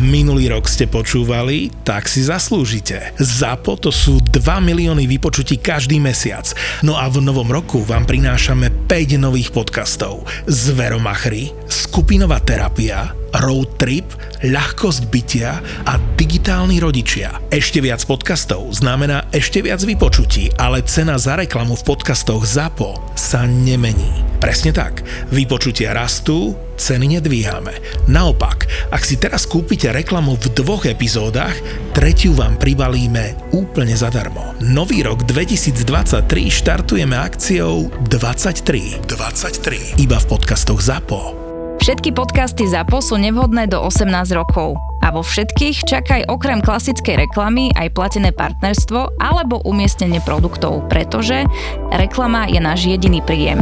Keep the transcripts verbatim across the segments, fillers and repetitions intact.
Minulý rok ste počúvali, tak si zaslúžite. ZAPO to sú dva milióny vypočutí každý mesiac. No a v novom roku vám prinášame päť nových podcastov. Zveromachry, skupinová terapia, road trip, ľahkosť bytia a digitálni rodičia. Ešte viac podcastov znamená ešte viac vypočutí, ale cena za reklamu v podcastoch ZAPO sa nemení. Presne tak. Vypočutia rastú, ceny nedvíhame. Naopak, ak si teraz kúpite reklamu v dvoch epizódach, tretiu vám pribalíme úplne zadarmo. Nový rok dvetisícdvadsaťtri štartujeme akciou dvadsaťtri. dvadsaťtri. Iba v podcastoch ZAPO. Všetky podcasty ZAPO sú nevhodné do osemnásť rokov. A vo všetkých čakaj okrem klasickej reklamy aj platené partnerstvo alebo umiestnenie produktov, pretože reklama je náš jediný príjem.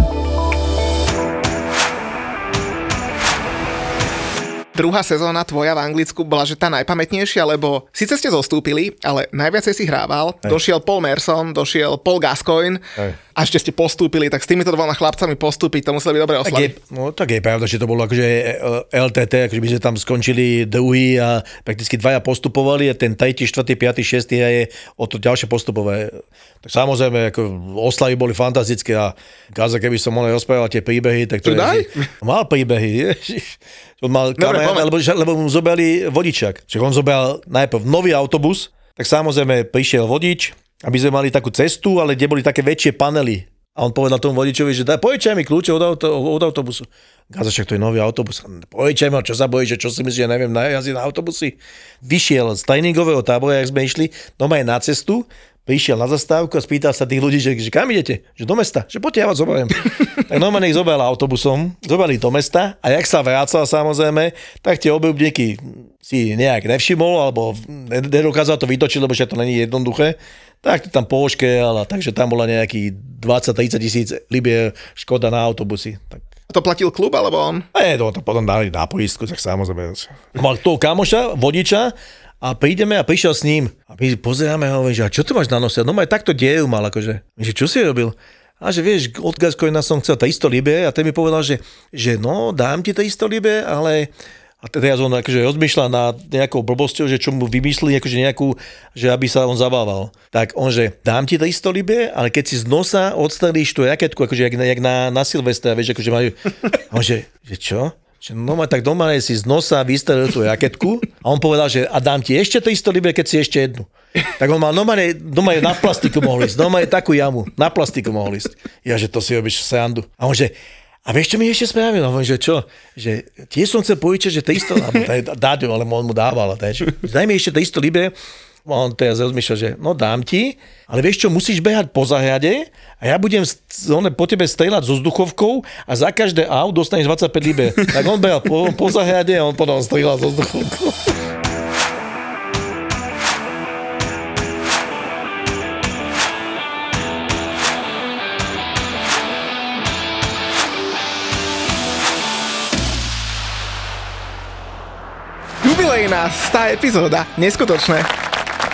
Druhá sezóna tvoja v Anglicku bola, že tá najpamätnejšia, lebo síce ste zostúpili, ale najviacej si hrával. Hej. Došiel Paul Merson, došiel Paul Gascoigne. Hej. A ešte ste postúpili, tak s týmito dvoma chlapcami postúpiť, to museli byť dobre oslaviť. Tak je, no tak je pravda, že to bolo akože el té té, akože by sme tam skončili druhý a prakticky dvaja postupovali a ten tretí, štvrtý, piaty, šiestý a je o to ďalšie postupové. Tak samozrejme, ako oslavy boli fantastické a Gaza, keby som mohol rozprávať tie príbehy, tak to je, mal príbehy, ježiš. On mal kamer, lebo, lebo mu zobrali vodičak. Čiže on zobral najprv nový autobus, tak samozrejme prišiel vodič, aby sme mali takú cestu, ale kde boli také väčšie panely. A on povedal tomu vodičovi, že daj, požičaj mi kľúče od, auto, od autobusu. Gaza, však to je nový autobus. Požičaj mi, čo sa bojíš, čo si myslíš, že neviem jazdiť na autobusy. Vyšiel z tréningového tábora, jak sme išli, doma je na cestu, prišiel na zastávku a spýtal sa tých ľudí, že, že kam idete? Že do mesta. Že poďte, ja vás zoberiem. Tak normálne ich zobral autobusom, zobrali do mesta a jak sa vracal samozrejme, tak tie obľúbníky si nejak nevšimol alebo nedokázal to vytočiť, lebo že to není jednoduché. Tak to tam pooškejal a takže tam bola nejaký dvadsať tridsať tisíc libier škoda na autobusy. Tak. To platil klub alebo on? Nie, to, to potom dali na poistku, tak samozrejme. Mal toho kamoša, vodiča, a prídeme a prišiel s ním. A my pozeráme a hovorím, že a čo tu máš na nose? No aj takto dieru mal, akože. Že čo si robil? A že vieš, od Gascoigna som chcel tristo libier a ten mi povedal, že, že no, dám ti tristo libier, ale... A teraz on akože rozmýšľa nad nejakou blbosťou, že čo mu vymyslí, akože nejakú, že aby sa on zabával. Tak on, že dám ti tristo libier, ale keď si z nosa odstrelíš tú raketku, akože jak na, jak na, na Silvestra, vieš, akože majú... A on, že, že čo? No tak doma si z nosa vystrelil tú raketku a on povedal, že a dám ti ešte tristo libier, keď si ešte jednu. Tak on mal doma, doma je na plastiku mohol ísť, doma je takú jamu, na plastiku mohol ísť. Ja, že to si robíš srandu. A on, že a vieš, čo mi ešte spravil? A on, že čo? Že tiež som chcel požičať, že tristo, dať, ale on mu dával. Daj mi ešte tristo libier. A on teraz rozmýšľal, že no dám ti, ale vieš čo, musíš behať po záhrade a ja budem po tebe strieľať so vzduchovkou a za každé aut dostaneš dvadsaťpäť libier. Tak on behal po, po záhrade a on potom strieľal so vzduchovkou. Jubilejná stá epizóda, neskutočné.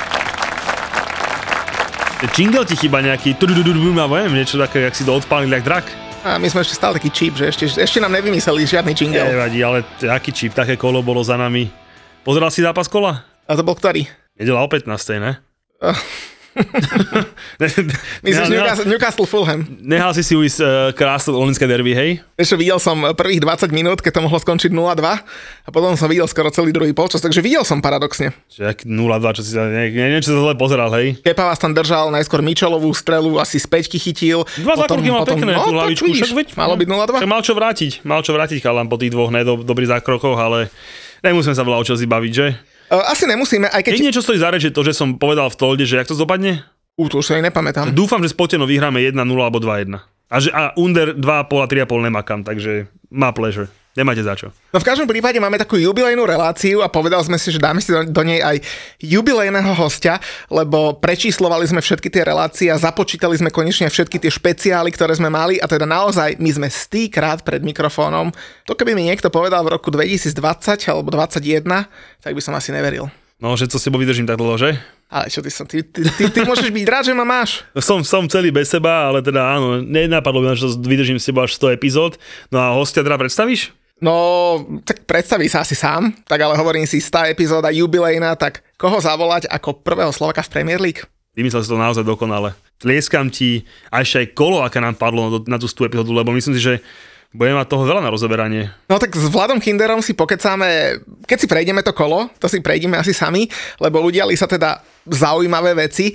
Jingle ti chýba nejaký alebo neviem, niečo také, jak si to odpálil, jak drak. A my sme ešte stále taký čip, že ešte, ešte nám nevymysleli žiadny jingle. Nevadí, ale aký čip, také kolo bolo za nami. Pozeral si zápas kola? A to bol ktorý? Nedela o pätnástej, ne? Uh. Myslíš Newcastle, Newcastle Fulham? Nehal si si ujsť uh, krásne londýnske derby, hej? Ešte videl som prvých dvadsať minút, keď to mohlo skončiť nula dva a potom som videl skoro celý druhý polčas, takže videl som paradoxne. Čiže nula dva, čo si sa, ne, neviem, čo sa zle pozeral, hej? Kepa vás tam držal, najskôr Mitchellovú strelu, asi z päťky chytil. Dva zákroky mal potom, pekné, no, tú hlavičku. Víš, veď, malo byť nula dva. Však mal čo vrátiť, mal čo vrátiť chalan po tých dvoch nedo, dobrých zákrokoch, ale nemusíme sa veľa o Chelsea baviť, že? Uh, asi nemusíme, aj keď... Jedine, čo stojí za reč, je to, že som povedal v tolde, že jak to dopadne? Ú, to už sa aj nepamätám. Dúfam, že spoteno vyhráme jedna nula alebo dva jedna. A, že, a under dva a pol a tri a pol nemakám, takže má pleasure. Nemáte za čo. No v každom prípade máme takú jubilejnú reláciu a povedal sme si, že dáme si do, do nej aj jubilejného hostia, lebo prečíslovali sme všetky tie relácie a započítali sme konečne všetky tie špeciály, ktoré sme mali a teda naozaj my sme stýkrát pred mikrofónom. To keby mi niekto povedal v roku dvetisícdvadsať alebo dvadsaťjeden, tak by som asi neveril. No, že co s tebou vydržím tak dlho, že? Ale čo ty som, ty, ty, ty, ty môžeš byť rád, že ma máš. Som, som celý bez seba, ale teda áno, nenapadlo by, že vydržím s tebou až sto epizód. No a hostia teda predstavíš? No, tak predstaví sa asi sám, tak ale hovorím si, stá epizóda jubilejná, tak koho zavolať ako prvého Slovaka v Premier League? Vymyslel si to naozaj dokonale. Tlieskam ti, a ešte aj kolo, aké nám padlo na tú stú epizódu, lebo myslím si, že budeme mať toho veľa na rozoberanie. No tak s Vladom Kinderom si pokecáme, keď si prejdeme to kolo, to si prejdeme asi sami, lebo udiali sa teda zaujímavé veci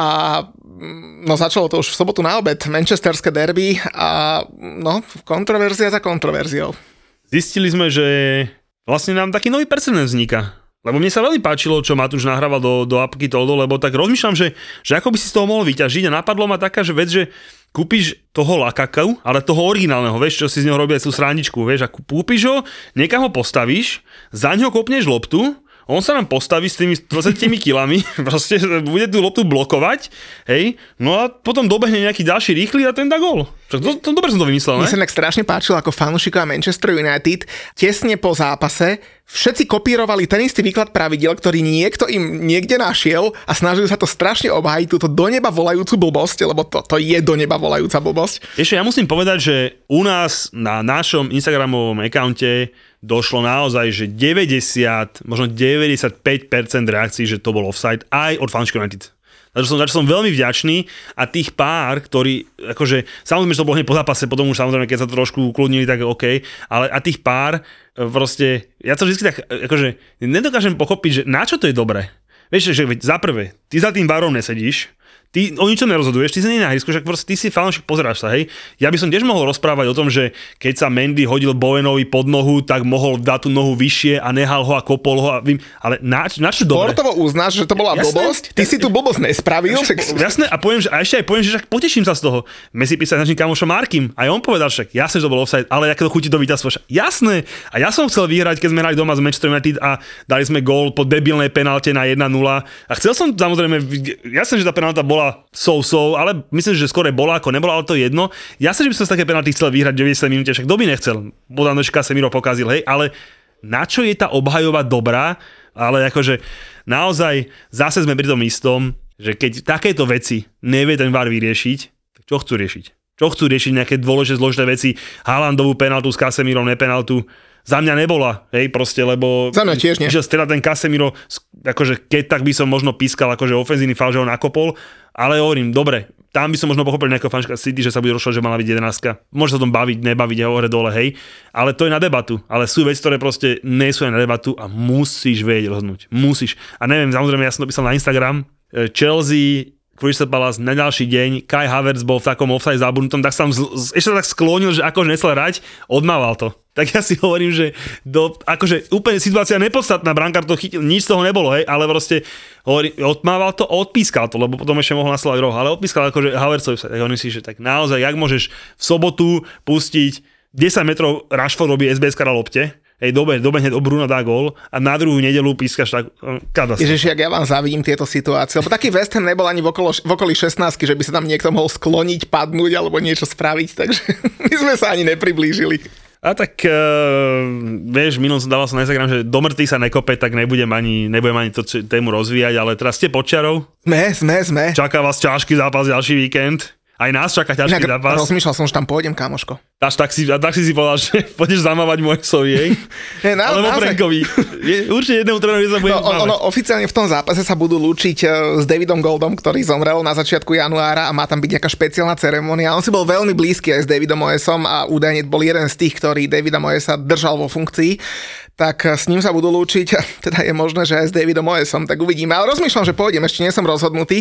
a no začalo to už v sobotu na obed, manchesterské derby a no kontroverzia za kontroverziou. Zistili sme, že vlastne nám taký nový precedens vzniká. Lebo mne sa veľmi páčilo, čo Matúš nahrával do, do apky Toldo, lebo tak rozmýšľam, že, že ako by si z toho mohol vyťažiť a napadlo ma taká že vec, že kúpiš toho Lakaku, ale toho originálneho, vieš, čo si z neho robí aj tú srandičku, vieš, a kúpiš ho, niekam ho postavíš, za ňo kopneš loptu, on sa nám postaví s tými dvadsiatimi kilami, proste bude tú loptu blokovať, hej, no a potom dobehne nejaký ďalší rýchly a ten dá gól. To, to, to dobre som to vymyslel, ne? Mne sa tak strašne páčilo ako fanúšikov Manchester United, tesne po zápase všetci kopírovali ten istý výklad pravidiel, ktorý niekto im niekde našiel a snažili sa to strašne obhájiť, túto do neba volajúcu blbosť, lebo to, to je do neba volajúca blbosť. Ešte ja musím povedať, že u nás na našom Instagramovom akaunte došlo naozaj, že deväťdesiat, možno deväťdesiatpäť percent reakcií, že to bol offside aj od fanúšikov United. Takže som, som veľmi vďačný a tých pár, ktorí, akože, samozrejme, že to bolo hneď po zápase, potom už samozrejme, keď sa to trošku ukludnili, tak OK, ale a tých pár, proste, ja to vždy tak, akože, nedokážem pochopiť, že na čo to je dobré. Vieš, že za prvé, ty za tým barom nesedíš, ty o ničom nerozhoduješ, ty si nie na hrisku, však proste ty si fanúšik, pozeráš sa, hej. Ja by som tiež mohol rozprávať o tom, že keď sa Mendy hodil Bowenovi pod nohu, tak mohol dať tú nohu vyššie a nehal ho a kopol ho a vím, ale na, na čo dobre? Sportovo uznáš, že to bola jasné, blbosť? Ty jasné, si tú blbosť nespravil? Jasné, jasné a poviem, že a ešte aj poviem, že však poteším sa z toho. My si písali našim kamošom Markim, aj on povedal však, jasné, že to bol offside, ale aké to chutí do víťazstva. Jasné. A ja som chcel vyhrať, keď sme hrali doma z Manchester United a dali sme gól po debilnej penalte na jedna nula. A chcel som samozrejme, jasné, že tá penálta bola so-so, ale myslím, že skôr bola ako nebola, ale to je jedno. Ja sa, že by som z také penalty chcel vyhrať v deväťdesiatej minúte, však kto by nechcel. Bodanoč Casemiro pokazil, hej, ale na čo je tá obhajova dobrá, ale akože naozaj zase sme pri tom istom, že keď takéto veci nevie ten VAR vyriešiť, tak čo chcú riešiť? Čo chcú riešiť nejaké dôležité zložité veci? Haalandovú penaltu s Casemirom, nepenaltu. Za mňa nebola, hej, proste, lebo... Za mňa tiež nie. Že teda ten Casemiro, akože keď tak by som možno pískal, akože ofenzívny faul, že ho nakopol, ale hovorím, dobre, tam by som možno pochopil nejakého fanška City, že sa bude rozšľať, že mala byť jedenástka. Môže sa o tom baviť, nebaviť, ja hore dole, hej, ale to je na debatu. Ale sú veci, ktoré proste nie sú aj na debatu a musíš vedieť rozhodnúť. Musíš. A neviem, samozrejme, ja som to písal na Instagram, Chelsea... Crystal Palace na ďalší deň, Kai Havertz bol v takom offside zabudnutom, tak sa tam z, z, ešte tak sklonil, že akože nechcel hrať, odmával to. Tak ja si hovorím, že do, akože úplne situácia nepodstatná, brankár to chytil, nič z toho nebolo, hej, ale proste hovorí, odmával to, odpískal to, lebo potom ešte mohol nasledovať roh, ale odpískal akože Havertzovi offside. Tak hovorím si, že tak naozaj, jak môžeš v sobotu pustiť desať metrov Rashford robí es bé eska na lopte, hej, dobe, dobehne do Bruna dá gól a na druhú nedeľu pískaš tak katastrofa. Ježiš, jak ja vám závidím tieto situácie, lebo taký West Ham nebol ani v, okolo, v okolí šestnástky, že by sa tam niekto mohol skloniť, padnúť alebo niečo spraviť, takže my sme sa ani nepriblížili. A tak, uh, vieš, minul som dával som na Instagram, že do mŕtvych sa nekope, tak nebudem ani, nebudem ani to tému rozvíjať, ale teraz ste pod čarou. Sme, sme, sme. Čaká vás ťažký zápas ďalší víkend. Aj nás čaká ťažký Inak zápas. Rozmýšľal som, že tam pôjdem, kamoško. Až tak si, tak si si povedal, že pôjdeš zamávať Moesovi, hej? Je, na, alebo Frankovi. Určite jednému trénerovi sa bude no, on, ono, oficiálne v tom zápase sa budú lúčiť s Davidom Goldom, ktorý zomrel na začiatku januára a má tam byť nejaká špeciálna ceremónia. On si bol veľmi blízky aj s Davidom Moesom a údajne bol jeden z tých, ktorý Davida Moesa držal vo funkcii. Tak s ním sa budú lúčiť, teda je možné, že aj s Davidom Moesom, tak uvidíme. Ale rozmýšľam, že pôjdem, ešte nie som rozhodnutý,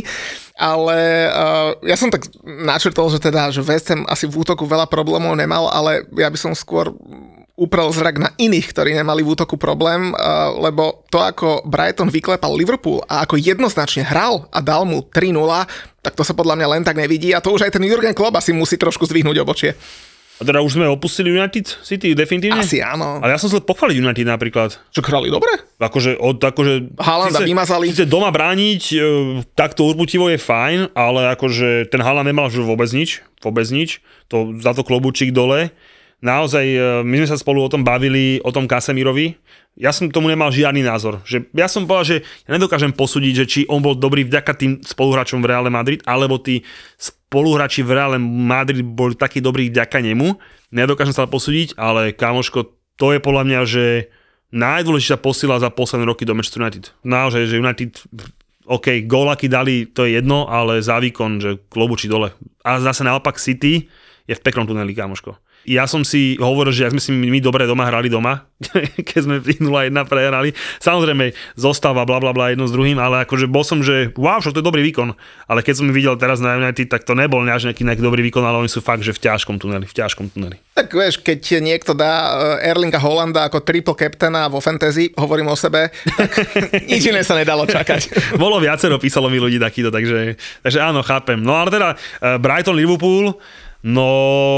ale uh, ja som tak načrtol, že teda, že West Ham asi v útoku veľa problémov nemal, ale ja by som skôr uprel zrak na iných, ktorí nemali v útoku problém, uh, lebo to, ako Brighton vyklepal Liverpool a ako jednoznačne hral a dal mu tri nula, tak to sa podľa mňa len tak nevidí a to už aj ten Jurgen Klopp asi musí trošku zdvihnúť obočie. A teda už sme opustili United City definitívne? Asi áno. Ale ja som chcel pochváliť United napríklad. Čo hrali dobre? Akože, od, akože... Haalanda vymazali. Sice doma brániť, e, takto urputivo je fajn, ale akože ten Haaland nemal už vôbec nič. Vôbec nič. To, za to klobúčik dole. Naozaj, e, my sme sa spolu o tom bavili, o tom Casemirovi. Ja som tomu nemal žiadny názor. Že ja som povedal, že ja nedokážem posúdiť, že či on bol dobrý vďaka tým spoluhráčom v Reále Madrid, alebo tí spoluhráči v Reále Madrid boli takí dobrí vďaka nemu. Nedokážem sa posúdiť, ale kámoško, to je podľa mňa, že najdôležitejšia posila za posledné roky do Manchester United. Naozaj, že United, OK, gólaky dali, to je jedno, ale za výkon, že klobučí dole. A zase naopak City je v peknom tuneli, kámoško. Ja som si hovoril, že ak sme si my dobre doma hrali doma, keď sme nula jedna prehrali, samozrejme zostáva bla bla bla jedno s druhým, ale akože bol som, že wow, čo to je dobrý výkon. Ale keď som videl teraz na United, tak to nebol nejaký, nejaký dobrý výkon, ale oni sú fakt, že v ťažkom tuneli, v ťažkom tuneli. Tak vieš, keď niekto dá Erlinga Holanda ako triple captaina vo fantasy, hovorím o sebe, tak nič iné sa nedalo čakať. Bolo viacero, písalo mi ľudí takýto, takže, takže áno, chápem. No ale teda Brighton, Liverpool, no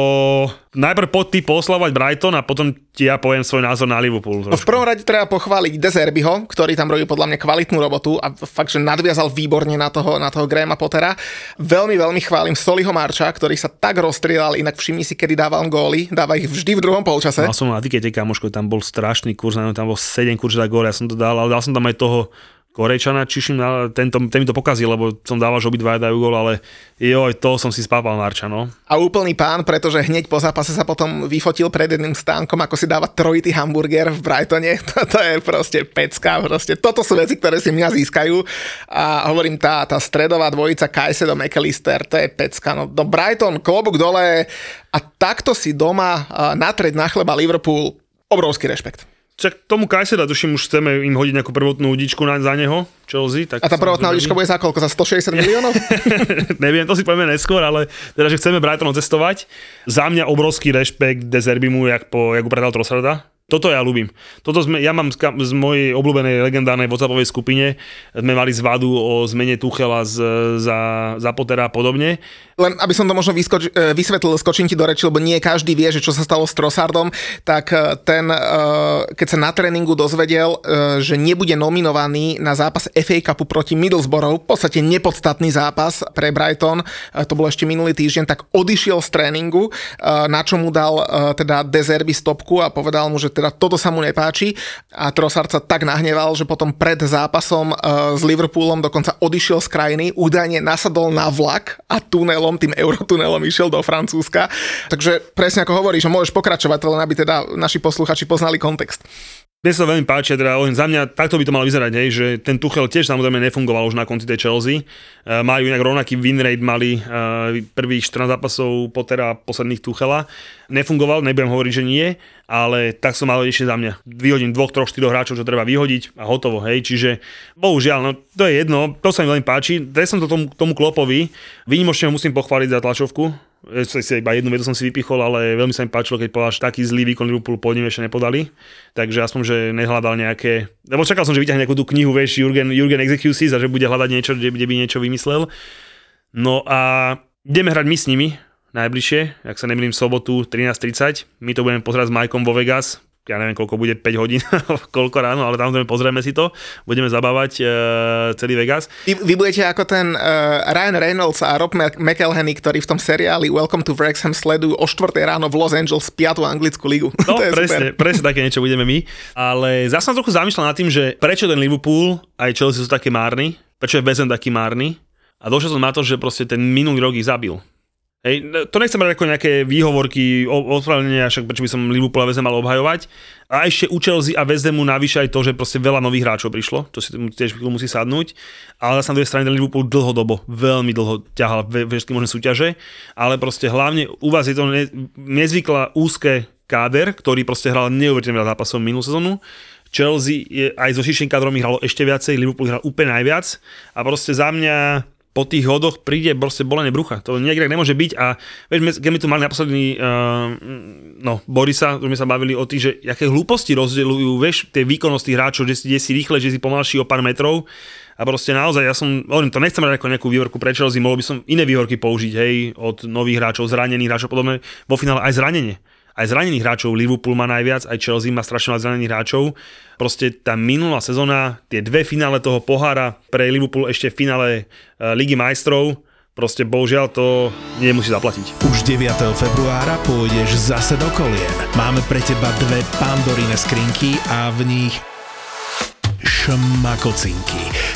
najprv poď ty poslavať Brighton a potom ti ja poviem svoj názor na Liverpool. No v prvom rade treba pochváliť De Zerbiho, ktorý tam robí podľa mňa kvalitnú robotu a fakt, že nadviazal výborne na toho, na toho Grahama Pottera. Veľmi, veľmi chválim Soliho Marcha, ktorý sa tak rozstrieľal, inak všimni si, kedy dával góly, dáva ich vždy v druhom polčase. Mal som na tikete, kamoško, tam bol strašný kurz, tam bol sedem kurz za gól, ja som to dal, ale dal som tam aj toho Korejčana, čiším, tento, ten mi to pokazil, lebo som dával, že obidvaja dajú gól, ale joj, to som si spápal Marča, no. A úplný pán, pretože hneď po zápase sa potom vyfotil pred jedným stánkom, ako si dáva trojitý hamburger v Brightone. Toto je proste pecka, proste. Toto sú veci, ktoré si mňa získajú. A hovorím, tá, tá stredová dvojica Caicedo, McAllister, to je pecka. No, do Brighton, klobúk dole a takto si doma natrieť na chleba Liverpool, obrovský rešpekt. Čak tomu Caicedo, tuším, už chceme im hodiť nejakú prvotnú udičku na, za neho, Chelsea. Tak a tá prvotná udička bude za koľko? Za stošesťdesiat miliónov? Neviem, to si povieme neskôr, ale teda, že chceme Brighton cestovať. Za mňa obrovský rešpekt De Zerbimu, jak, po, jak upredal Trossarda. Toto ja ľúbim. Toto sme, ja mám z, z mojej obľúbenej legendárnej WhatsAppovej skupine, sme mali zvadu o zmene Tuchela z, za, za Pottera a podobne. Len aby som to možno vyskoč, vysvetlil, skočím ti do reči, lebo nie každý vie, že čo sa stalo s Trossardom, tak ten, keď sa na tréningu dozvedel, že nebude nominovaný na zápas ef á Cupu proti Middlesbrough, v podstate nepodstatný zápas pre Brighton, to bolo ešte minulý týždeň, tak odišiel z tréningu, na čo mu dal teda De Zerbi stopku a povedal mu, že teda toto sa mu nepáči a Trossard sa tak nahneval, že potom pred zápasom s Liverpoolom dokonca odišiel z krajiny, údajne nasadol na vlak a tunelom, tým eurotunelom išiel do Francúzska. Takže presne ako hovoríš, že môžeš pokračovať, len aby teda naši posluchači poznali kontext. Mne sa veľmi páči, teda za mňa takto by to malo vyzerať, hej, že ten Tuchel tiež samozrejme nefungoval už na konci tej Chelsea. Uh, majú inak rovnaký win rate, mali uh, prvých štrnásť zápasov Pottera posledných Tuchela. Nefungoval, nebudem hovoriť, že nie, ale tak som mal ešte za mňa. Vyhodím dvoch, troch, štyroch hráčov, čo treba vyhodiť a hotovo, hej, čiže bohužiaľ, no to je jedno, to sa mi veľmi páči. Daj som to tomu, tomu Kloppovi, výnimočne ho musím pochváliť za tlačovku. Iba jednu vedu som si vypichol, ale veľmi sa mi páčilo, keď povedal, že taký zlý výkon Liverpoolu pod ním ešte nepodali. Takže aspoň, že nehľadal nejaké... Lebo čakal som, že vyťahne nejakú tú knihu, vieš, Jurgen, Jurgen Executions a že bude hľadať niečo, kde, kde by niečo vymyslel. No a ideme hrať my s nimi najbližšie, ak sa nemýlim, v sobotu trinásť tridsať. My to budeme pozerať s Majkom vo Vegas. Ja neviem, koľko bude, päť hodín, koľko ráno, ale tam pozrieme si to. Budeme zabávať uh, celý Vegas. Vy, vy budete ako ten uh, Ryan Reynolds a Rob McElhenney, ktorí v tom seriáli Welcome to Wrexham sledujú o štvrtej ráno v Los Angeles piatu anglickú ligu. No, to je presne, super. presne také niečo budeme my. Ale zase som trochu zamýšľal nad tým, že prečo ten Liverpool aj Chelsea sú také márni, prečo je West Ham taký márny. A došiel som na to, že proste ten minulý rok ich zabil. Hej, to nechcem brať ako nejaké výhovorky, ospravedlnenia, však prečo by som Liverpool a West Ham mal obhajovať. A ešte u Chelsea a West Hamu navyše aj to, že proste veľa nových hráčov prišlo, to si tiež musí sadnúť. Ale zase na druhej strane ten Liverpool dlhodobo, veľmi dlho ťahal všetky možné súťaže, ale proste hlavne u vás je to ne, nezvyklá úzke káder, ktorý proste hral neuveriteľne veľa zápasov minulú sezónu. Chelsea je, aj so širším kádrom hralo ešte viacej, Liverpool hral úplne najviac a proste za mňa po tých hodoch príde proste bolenie brucha. To niekde nemôže byť a vieš, keď my tu mali naposledný uh, no, Borisa, už sme sa bavili o tých, že aké hlúposti rozdeľujú, vieš, tie výkonnosti tých hráčov, že si, že si rýchle, že si pomalší o pár metrov a proste naozaj, ja som, hovorím, to nechcem mať ako nejakú výhovorku pre Chelsea, mohol by som iné výhovorky použiť, hej, od nových hráčov, zranených hráčov, podobne, vo finále aj zranenie. Aj zranených hráčov, Liverpool má najviac, aj Chelsea má strašne veľa zranených hráčov. Proste tá minulá sezóna, tie dve finále toho pohára pre Liverpool ešte v finále uh, Ligy majstrov, proste bohužiaľ to nemusí zaplatiť. Už deviateho februára pôjdeš zase do kolien. Máme pre teba dve Pandorine skrinky a v nich šmakocinky.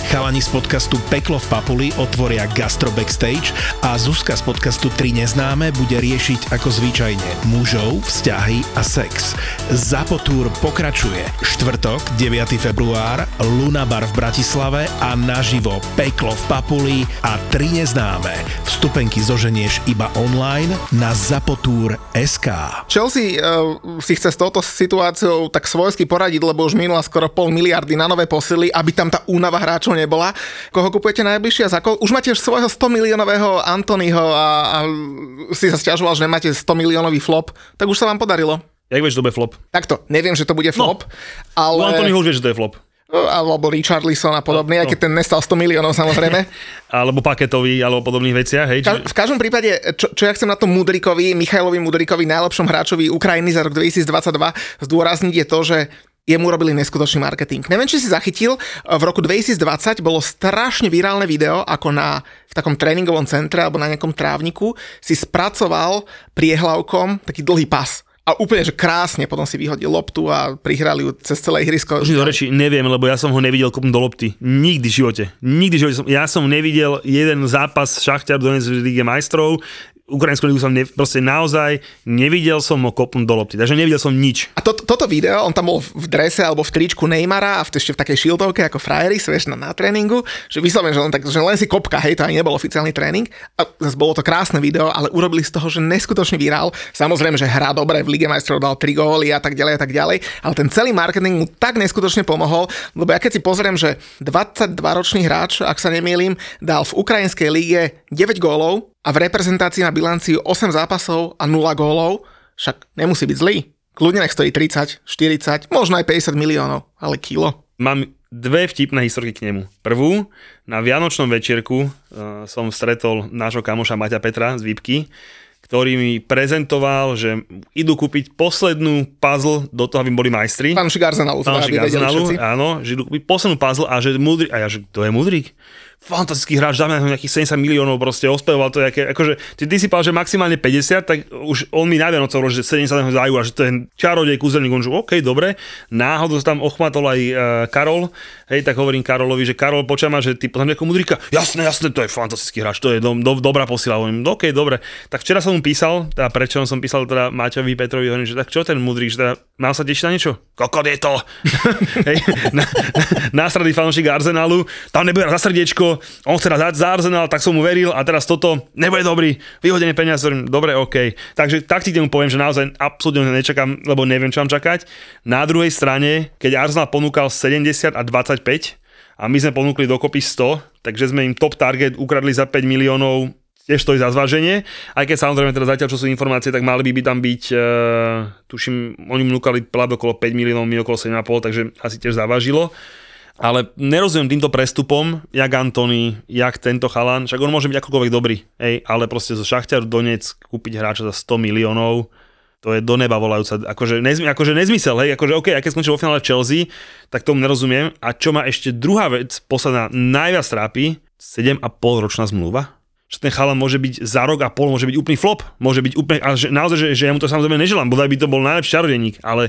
Chalani z podcastu Peklo v Papuli otvoria Gastro Backstage a Zuzka z podcastu Tri neznáme bude riešiť ako zvyčajne mužov, vzťahy a sex. Zapotúr pokračuje. Štvrtok, deviateho február, Luna Bar v Bratislave a naživo Peklo v Papuli a Tri neznáme. Vstupenky zoženieš iba online na zapotúr bodka es ká. Chelsea uh, si chce s touto situáciou tak svojsky poradiť, lebo už minula skoro pol miliardy na nové posily, aby tam tá únava hráčov nebola. Koho kupujete najbližšie a za koľko? Už máte svojho sto miliónového Antonyho a, a si sa sťažoval, že nemáte sto miliónový flop, tak už sa vám podarilo. Jak vieš, že to bude flop? Takto, neviem, že to bude flop, no, ale... U Antonyho už vieš, že to je flop. Alebo Richarlison a podobný, no, no. Aj keď ten nestal sto miliónov samozrejme. Alebo Paketový, alebo podobných veciach. Hej, či... V každom prípade, čo, čo ja chcem na tom Mudrikovi, Michailovi Mudrikovi, najlepšom hráčovi Ukrajiny za rok dvetisícdvadsaťdva zdôrazniť je to, že jemu robili neskutočný marketing. Neviem, či si zachytil, v roku dvetisícdvadsať bolo strašne virálne video, ako na, v takom tréningovom centre alebo na nejakom trávniku si spracoval priehlavkom taký dlhý pas. A úplne, že krásne, potom si vyhodil loptu a prihrali ju cez celé ihrisko. Už do reči neviem, lebo ja som ho nevidel kopnúť do lopty. Nikdy v živote. Nikdy v živote. Som, ja som nevidel jeden zápas Šachtar Donetsk v Lige majstrov. Ukrajinskú ligu som ne, proste naozaj nevidel som ho kopnúť do lopty, takže nevidel som nič. A to, toto video, on tam bol v drese alebo v tričku Neymara a v, ešte v takej šiltovke ako frajery, vieš, na, na tréningu, že vyslovene, že, len tak, že len si kopka, hej, to ani nebol oficiálny tréning. A zase bolo to krásne video, ale urobili z toho, že neskutočný virál. Samozrejme, že hrá dobre, v Lige majstrov dal tri góly a tak ďalej a tak ďalej, ale ten celý marketing mu tak neskutočne pomohol, lebo ja keď si pozriem, že dvadsaťdvaročný hráč, ak sa nemýlim, dal v ukrajinskej líge deväť gólov a v reprezentácii na bilanciu osem zápasov a nula gólov, však nemusí byť zlý. Kľudne nech stojí tridsať, štyridsať, možno aj päťdesiat miliónov, ale kilo. Mám dve vtipné historky k nemu. Prvú, na vianočnom večierku uh, som stretol nášho kamoša Maťa Petra z Výpky, ktorý mi prezentoval, že idú kúpiť poslednú puzzle do toho, aby boli majstri. Fanúšik Arsenalu. Fanúšik Arsenalu, áno, že idú kúpiť poslednú puzzle a že Mudryk, a ja, že to je Mudryk? Fantastický hráč, dáme nejakých sedemdesiat miliónov, proste ospevoval to, jaké, akože, ty, ty si povedal, že maximálne päťdesiat, tak už on mi na Vianoce hovoril, že sedemdesiat ho dajú a že to je čarodej, kúzelník, on že OK, dobre, náhodou sa tam ochmatol aj uh, Karol, hej, tak hovorím Karolovi, že Karol, počuj ma, že ty potom nejakého Mudryka, jasné, jasné, to je fantastický hráč, to je do, do, dobrá posila, hovorím, OK, dobre, tak včera som mu písal, teda prečo som písal teda Maťovi Petrovi, hovorím, že tak čo ten Mudryk, že teda mal sa tešiť na niečo? Kokot je to! Hej, na, na, násradný fanúšik Arsenalu, tam nebude za srdiečko, on chce dať za Arsenal, tak som mu veril a teraz toto nebude dobrý, vyhodené peniaze, dobre, OK. Takže tak ti k tomu poviem, že naozaj absolútne nečakám, lebo neviem, čo mám čakať. Na druhej strane, keď Arsenal ponúkal sedemdesiat a dvadsaťpäť a my sme ponúkli dokopy sto, takže sme im top target ukradli za päť miliónov, tiež to je za zváženie. Aj keď samozrejme teda zatiaľ, čo sú informácie, tak mali by by tam byť, uh, tuším, oni núkali plát okolo päť miliónov, my okolo sedem a pol, takže asi tiež zavážilo. Ale nerozumiem týmto prestupom, jak Antony, jak tento chalan, však on môže byť akokoľvek dobrý, hej, ale proste zo Šachtar Donetsk kúpiť hráča za sto miliónov, to je do neba volajúca, akože, nezmy, akože nezmysel, hej, akože OK, aj keď skončil vo finále Chelsea, tak tomu nerozumiem. A čo ma ešte druhá vec, posledná, najviac trápi, sedem a pol ročná zmluva, že ten chalan môže byť za rok a pol, môže byť úplný flop, môže byť úplne, a že, naozaj, že, že ja mu to samozrejme neželám, bodaj by to bol najlepší čarodejník, ale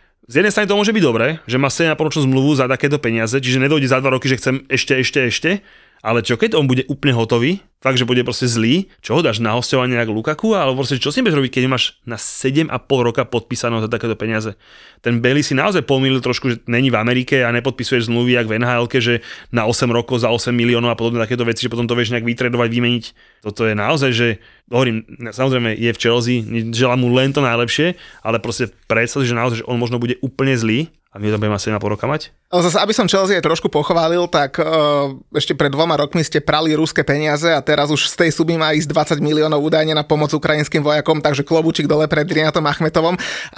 z jednej strany to môže byť dobré, že má sedem a pol ročnú zmluvu za takéto peniaze, čiže nedojde za dva roky, že chcem ešte, ešte, ešte, ale čo keď on bude úplne hotový, fakt, že bude proste zlý, čo ho dáš na hosťovanie jak Lukaku, alebo proste čo s ním budeš robiť, keď máš na sedem a pol roka podpísaného za takéto peniaze. Ten Bailey si naozaj pomýlil trošku, že není v Amerike a nepodpisuješ zmluvy jak v en há elke, že na osem rokov za osem miliónov a podobné takéto veci, že potom to vieš nejak vytredovať, vymeniť. Toto je naozaj, že hovorím, samozrejme je v Chelsea, želám mu len to najlepšie, ale proste predstav, že naozaj, že on možno bude úplne zlý. A my to budeme asi na pol roka mať? Ale zase, aby som Chelsea aj trošku pochválil, tak uh, ešte pred dvoma rokmi ste prali ruské peniaze a teraz už z tej sumy má ísť dvadsať miliónov údajne na pomoc ukrajinským vojakom, takže klobúčik dole pred Rinátom Achmetovom.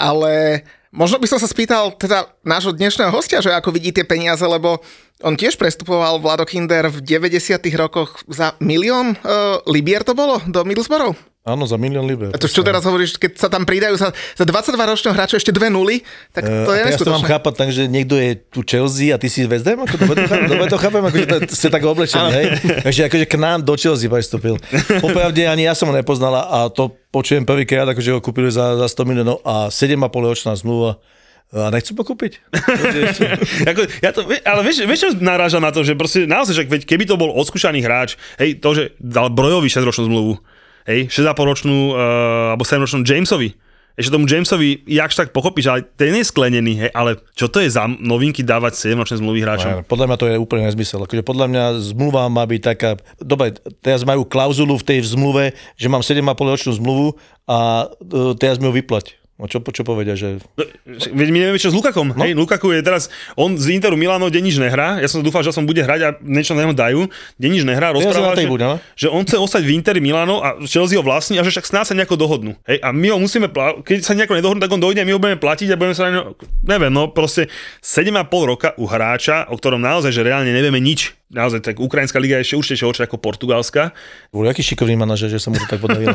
Ale možno by som sa spýtal teda nášho dnešného hostia, že ako vidí tie peniaze, lebo on tiež prestupoval Vlado Kinder v deväťdesiatych rokoch za milión uh, libier to bolo do Middlesbrough? Áno, za milión libier. A to čo teraz hovoríš, keď sa tam pridajú za, za dvadsaťdvaročného hráča ešte dve nuly, tak to je uh, neskutočné. Ja to mám chápať tak, že niekto je tu Chelsea a ty si West Ham, ako to, to, chápem, to, to chápem, ako to, ste tak oblečení, hej? Takže akože k nám do Chelsea prestúpil. Popravde ani ja som ho nepoznala a to počujem prvýkrát, akože ho kúpili za, za sto miliónov a sedem a pol ročná zmluva. A nechcú pokúpiť? Ako, ja to, ale vieš, vieš, čo naráža na to, že proste naozaj, že keby to bol odskúšaný hráč, hej, to, že dal Brojovi šesťročnú zmluvu, hej, šesť a pol ročnú, uh, alebo sedemročnú Jamesovi, ešte tomu Jamesovi jakž tak pochopíš, ale ten je sklenený, hej, ale čo to je za novinky dávať sedemročné zmluvy hráčom? No, podľa mňa to je úplne nezmysel. Akože podľa mňa zmluva má byť taká, dobre, teraz majú klauzulu v tej zmluve, že mám sedem a pol ročnú zmluvu a uh, teraz mi ju vyplať. No čo, čo povedia, že... Veď my nevieme, čo s Lukakom. No? Hej, Lukaku je teraz, on z Interu Milano deň nič nehrá. Ja som dúfal, že som bude hrať a niečo na neho dajú. Deň nič nehrá, rozpráva, ja že, buď, no? že on chce ostať v Interi Milano a Chelsea ho vlastní a že však snáď sa nejako dohodnú. Hej, a my ho musíme, pla- keď sa nejako nedohodnú, tak on dojde a my ho budeme platiť a budeme sa na neho... Neviem, no proste sedem a pol roka u hráča, o ktorom naozaj, že reálne nevieme nič. Naozaj, tak ukrajinská liga je ešte určite oči ako portugalská. Bol aký šikovný manažer, že sa mu to tak podarilo.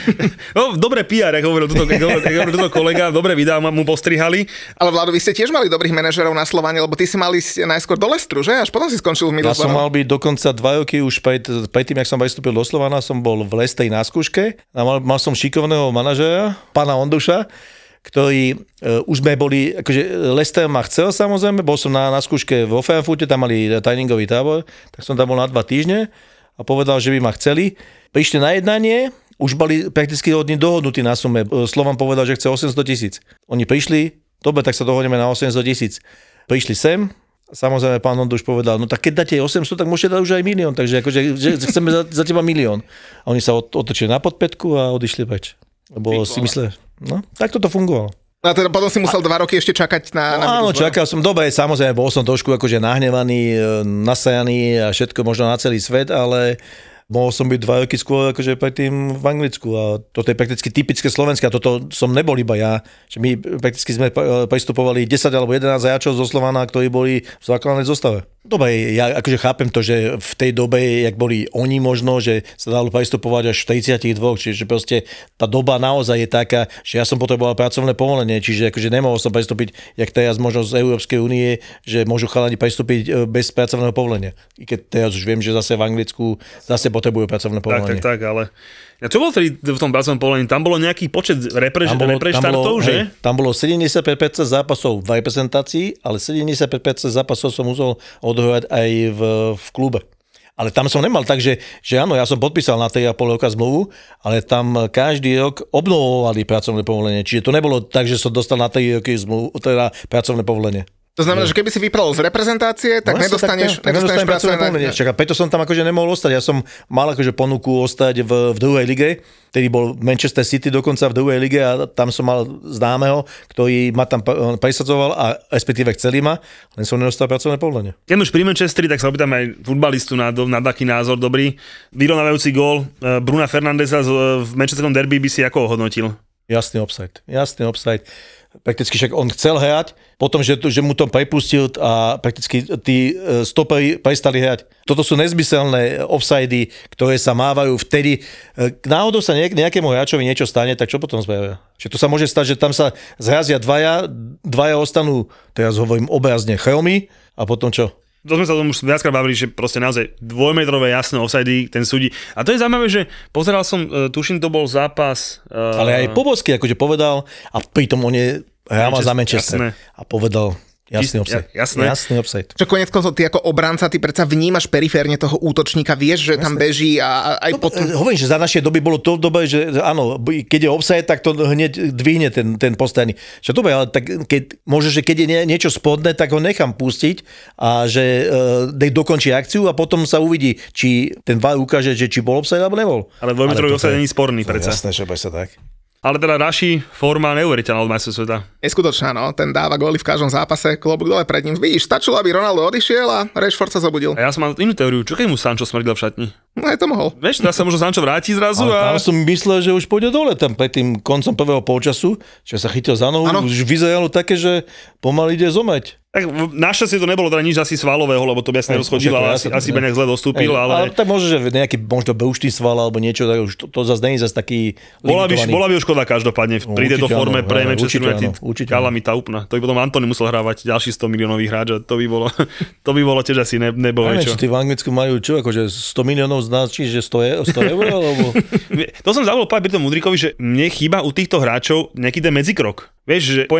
No, dobre pé er, ako hovoril tuto, tuto kolega, dobre videá mu postrihali. Ale Vlado, vy ste tiež mali dobrých manažerov na Slovane, lebo ty si mali najskôr do Lestru, že? Až potom si skončil v Middlesbrough. Ja som mal byť dokonca dva roky už pred, predtým, jak som vystúpil do Slovana, som bol v Lestri na skúške a mal, mal som šikovného manažera, pána Onduša, ktorý uh, už sme boli, akože Lester ma chcel samozrejme, bol som na, na skúške vo Frankfurte, tam mali tréningový tábor, tak som tam bol na dva týždne a povedal, že by ma chceli. Prišli na jednanie, už boli prakticky od nich dohodnutí na sume. Slovan povedal, že chce osemsto tisíc. Oni prišli, dobre, tak sa dohodneme na osemsto tisíc. Prišli sem, samozrejme pán Onduš povedal, no tak keď dáte osemsto, tak môžete dať už aj milión, takže akože, že chceme za, za teba milión. A oni sa otočili na podpätku a odišli preč. Lebo si mysleli, no, tak toto fungovalo. A teda potom si musel a... dva roky ešte čakať na... No, na áno, čakal som, dobre, samozrejme, bol som trošku akože nahnevaný, nasajaný a všetko možno na celý svet, ale mohol som byť dva roky skôr akože predtým v Anglicku a toto je prakticky typické slovenské a toto som nebol iba ja, že my prakticky sme pristupovali desať alebo jedenásť hráčov zo Slovana, ktorí boli v základnej zostave. Dobre, ja akože chápem to, že v tej dobe, jak boli oni možno, že sa dalo pristupovať až v tridsaťdva, čiže proste tá doba naozaj je taká, že ja som potreboval pracovné povolenie, čiže akože nemohol som pristúpiť, jak teraz možno z Európskej únie, že môžu chalani pristúpiť bez pracovného povolenia. I keď teraz už viem, že zase v Anglicku zase potrebujú pracovné povolenie. Tak, tak, tak, ale... Ja čo bol tedy v tom pracovnom povolení? Tam bolo nejaký počet repre, repreštartov, že? Hej, tam bolo sedemdesiatpäť percent zápasov v reprezentácii, ale sedemdesiatpäť percent zápasov som musel odohrať aj v, v klube. Ale tam som nemal tak, že, že áno, ja som podpísal na tri a pol roka zmluvu, ale tam každý rok obnovovali pracovné povolenie. Čiže to nebolo tak, že som dostal na tri roky zmluvu, teda pracovné povolenie. To znamená, že keby si vypadol z reprezentácie, tak no, nedostaneš, tak, nedostaneš, nedostaneš pracovné povolenie. Čaká, preto som tam akože nemohol ostať. Ja som mal akože ponuku ostať v, v druhej lige, ktorý bol Manchester City dokonca v druhej lige a tam som mal známeho, ktorý ma tam presadzoval a respektíve chceli ma, len som nedostal pracovné povolenie. Keď už pri Manchesteri, tak sa opýtam aj futbalistu na, na taký názor dobrý. Vyrovnávajúci gól Bruna Fernandesa v Manchesterskom derby by si ako ohodnotil? Jasný offside. Jasný offside. Prakticky však on chcel hrať, potom, že, že mu to prepustil a prakticky tí stoperi prestali hrať. Toto sú nezmyselné offsidy, ktoré sa mávajú vtedy. Náhodou sa nejakému hráčovi niečo stane, tak čo potom spravia? Že to sa môže stať, že tam sa zrazia dvaja, dvaja ostanú, teraz hovorím obrazne, chromy a potom čo? To sme sa tomu už viackrát bavili, že proste naozaj dvojmetrové jasné offsidy, ten súdi. A to je zaujímavé, že pozeral som, tuším, to bol zápas... Uh... Ale aj Pobosky akože povedal, a pritom on je hrával za Manchester. Jasné. A povedal... Jasný offside. Jasné. Jasný offside. Čo konec koncov, ty ako obranca, ty predsa vnímaš periférne toho útočníka, vieš, že jasné. Tam beží a aj no, potom... Hovorím, že za našej doby bolo to dobe, že áno, keď je offside, tak to hneď dvihne ten, ten postajný. Čo dobre, ale tak keď, môže, že keď je nie, niečo spodné, tak ho nechám pustiť a že uh, dokončí akciu a potom sa uvidí, či ten V A R ukáže, že či bol offside alebo nebol. Ale dvojmetrový offside nie je sporný, predsa. Jasné, že bude sa tak. Ale teda Raši forma neuveriteľná od majstrov sveta. Neskutočná, no. Ten dáva góly v každom zápase, klobúk dole pred ním. Vidíš, stačilo, aby Ronaldo odišiel a Rashford sa zobudil. A ja som mal inú teóriu. Čo keď mu Sancho smrdil v šatni? No aj to mohol. Vieš, teraz sa možno Sancho vráti zrazu a... Ale som myslel, že už pôjde dole tam pred tým koncom prvého polčasu, že sa chytil za nohu, ano. Už vyzeralo také, že pomaly ide zomať. Tak našťastie to nebolo teda nič asi svalového, lebo to by asi nerozchodil, ale asi, asi by nejak zle dostúpil. Ej, ale... ale tak možno, že nejaký možno brúštny sval alebo niečo, tak už to, to zase nie je zase taký bola by, bola by už škoda každopádne no, pri tejto forme áno, pre Manchester United. Kalamita úplná. To by potom Antony musel hrávať ďalší sto miliónový hráč a to by bolo, to by bolo tiež asi ne, nebolo čo. Či tí v Anglicku majú čo, akože sto miliónov značí, že sto eur, alebo... To som zavolal povedať pri tom Mudrikovi, že mne chýba u týchto hráčov nejaký ten medzikrok. Vieš, že poviem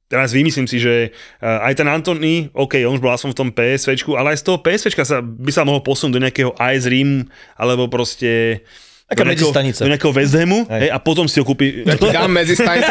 teraz vymyslím si, že aj ten Antony, OK, on už bol aspoň v tom PSVčku, ale aj z toho PSVčka sa, by sa mohol posunúť do nejakého á es Rím, alebo proste... Aká do nejakého, medzistanica. do nejakého West Hamu, hej, a potom si ho kúpi... Ja ti dám medzistanicu.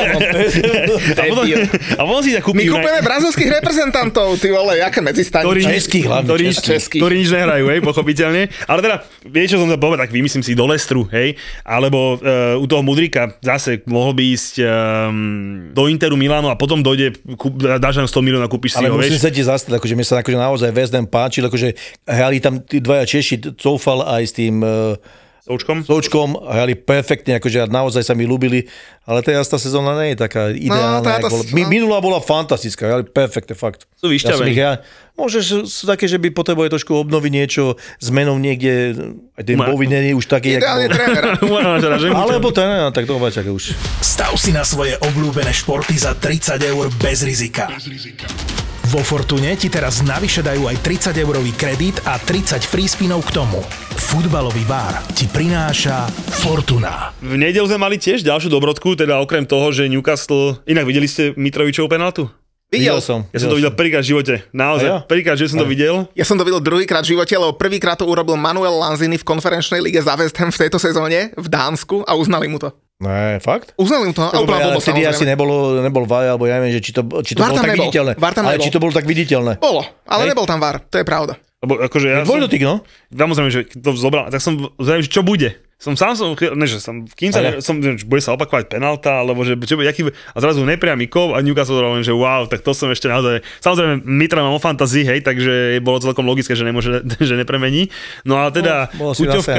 a, potom, a potom si sa kúpi... My kúpime brazilských reprezentantov, ty vole, jaké medzistanice? Ktorí, Českých hlavne, ktorí, českých. ktorí nič nehrajú, hej, pochopiteľne. Ale teda, vieš, čo som to povedal, tak vymyslím si do Lestru, hej, alebo uh, u toho Mudrika zase mohol by ísť um, do Interu Milánu a potom dojde, kúp, dáš nám sto miliónov a kúpiš si ale ho, vieš. Ale musím sa ti zastať, akože mi sa akože naozaj West Ham páčil, akože hrali tam tí dvaja Češi, Coufal aj s tým... Uh, Součkom? Součkom, hrali perfektne, akože naozaj sa mi ľúbili, ale teraz tá sezóna nie je taká ideálna. No, bola. Mi, minulá bola fantastická, hrali perfektne, fakt. Sú vyšťavení. Ja môžeš sú také, že by potrebovali trošku obnoviť niečo zmenou niekde, aj ten Bovin nie je už taký, ideálne tréner. Alebo tréner, tak to čaká už. Stav si na svoje obľúbené športy za tridsať eur bez rizika. Bez rizika. Vo Fortune ti teraz navyše dajú aj tridsať eurový kredit a tridsať free spinov k tomu. Futbalový bar ti prináša Fortuna. V nedeľu sme mali tiež ďalšiu dobrodku, teda okrem toho, že Newcastle... Inak videli ste Mitrovičovú penaltu? Videl som. Ja som to videl prvýkrát v živote. Naozaj, ja? prvýkrát, že som to videl. Ja som to videl druhýkrát v živote, lebo prvýkrát to urobil Manuel Lanzini v konferenčnej lige za West Ham v tejto sezóne v Dánsku a uznali mu to. Ne, fakt? Uznali mu to, a úplne bolo vtedy asi nebolo, nebol V A R, alebo ja neviem, že či to, či to bolo tak nebol. viditeľné. Ale či to bolo tak viditeľné. Bolo, ale Hej. nebol tam V A R, to je pravda. Lebo akože ja som... Dvojdotyk, no? Samozrejme, že to zobral, tak som zaujímavý, že čo bude. Som sám som, ne, že som, kým sa, ja. som, že bude sa opakovať penálta, alebo že čo bude, jaký, a zrazu nepriamy kov a Newcastle len, že wow, tak to som ešte naozaj, samozrejme Mitra mám o fantazii, hej, takže bolo celkom logické, že nemôže, že nepremení. No a teda, no, Kuťovka,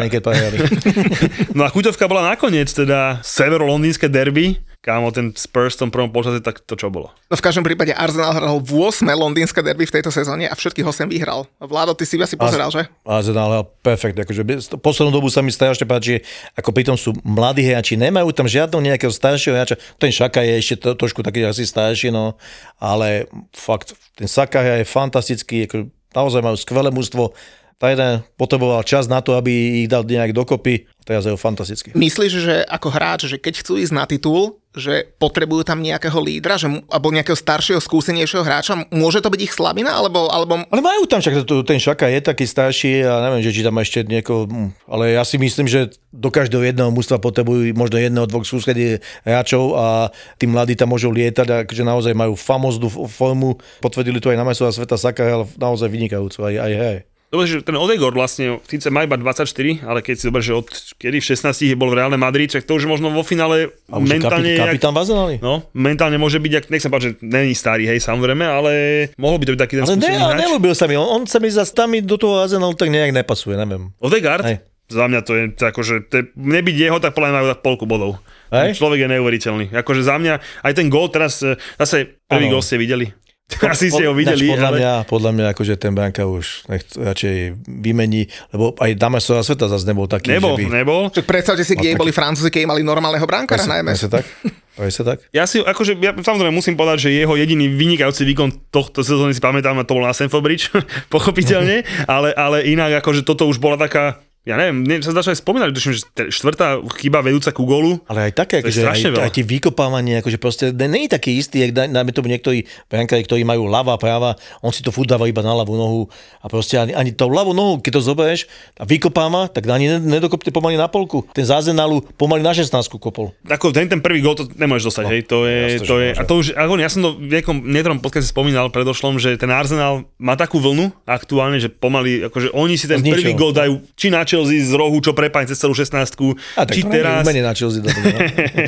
no a Kuťovka bola nakoniec, teda severo-londýnske derby, kámo, ten Spurs v tom prvom polčase, tak to čo bolo? No v každom prípade Arsenal hral v ôsme londýnske derby v tejto sezóne a všetkých osem vyhral. Vládo, ty si asi pozeral, že? Arsenal hral perfekt, akože poslednú dobu sa mi strašne páči, ako pritom sú mladí hráči, nemajú tam žiadneho nejakého staršieho hráča, ten Šaka je ešte to, trošku taký asi starší, no, ale fakt, ten Saka je fantastický, ako, naozaj majú skvelé mužstvo, tá jeden potreboval čas na to, aby ich dal nejak dokopy, teraz je ho fantastický. Myslíš, že ako hráč, že keď chcú ísť na titul, že potrebujú tam nejakého lídra, že, alebo nejakého staršieho, skúsenejšieho hráča, môže to byť ich slabina, alebo... alebo... Ale majú tam, však ten Šaka je taký starší a neviem, že či tam ešte niekoho, ale ja si myslím, že do každého jedného mužstva potrebujú možno jedného, dvoch sústredí hráčov a tí mladí tam môžu lietať a že naozaj majú famoznú formu, potvrdili to aj na majstrovstvách sveta Saka, ale naozaj vynikajúco aj, aj hej. Dobre, že ten Odegaard vlastne, síce má iba dvadsaťštyri, ale keď si zober, že od kedy v šestnástich bol v Reálne Madrid, tak to už možno vo finále a už mentálne... Kapi, kapitán Arsenalu? No, mentálne môže byť, ak, nech sa páči, že není starý, hej, samozrejme, ale mohol by to byť taký ten ale skúsený ne, ale hráč. nelúbil sa mi, on, on sa mi zase tam do toho Arsenalu tak nejak nepasuje, neviem. Odegaard? Hej. Za mňa to je tak, že to je, nebyť jeho, tak podľa mňa majú tak polku bodov. Hej. Človek je neuveriteľný. Akože za mňa, aj ten gól teraz, zase prvý gól ste videli. Asi ste ho videli. Podľa, ale... mňa, podľa mňa, akože ten Branka už nech radšej vymení, lebo aj na majstrovstvá sveta zase nebol taký, Nebol, že by... nebol. Čak predstavte si, kde No, boli Francúzi, keď mali normálneho brankára najmä. Presne tak, presne tak. Ja si, akože, ja samozrejme musím povedať, že jeho jediný vynikajúci výkon tohto sezóny si pamätám, to bol na Stamford Bridge, pochopiteľne, ale, ale inak, akože toto už bola taká, ja neviem, neviem sa začali spomínať, že štvrtá chyba vedúca ku gólu. Ale aj také, To je akože aj, strašne veľa. aj tie vykopávania, akože proste nie je taký istý, jak najmä tomu niektorí brankári, ktorí majú ľava, práva, on si to furt dáva iba na ľavú nohu a proste ani, ani tou ľavú nohu, keď to zoberieš a vykopáva, tak ani nedokopte pomaly na polku. Ten z Arsenalu pomaly na šestnástku kopol. Ako ten, ten prvý gól to nemôžeš dostať, No, hej, to je, jasne, to že je, môže. a to už, ako ja som to v nejakom netrom podcaste spomínal predošlom, že ten Arsenal má takú vlnu aktuálne, že pomaly, akože oni si ten Z ničoho. prvý gól dajú či na Chelsea z rohu, čo prepáň cez celú šestnástku, A tak či to teraz... menej na Chelsea dobre. No.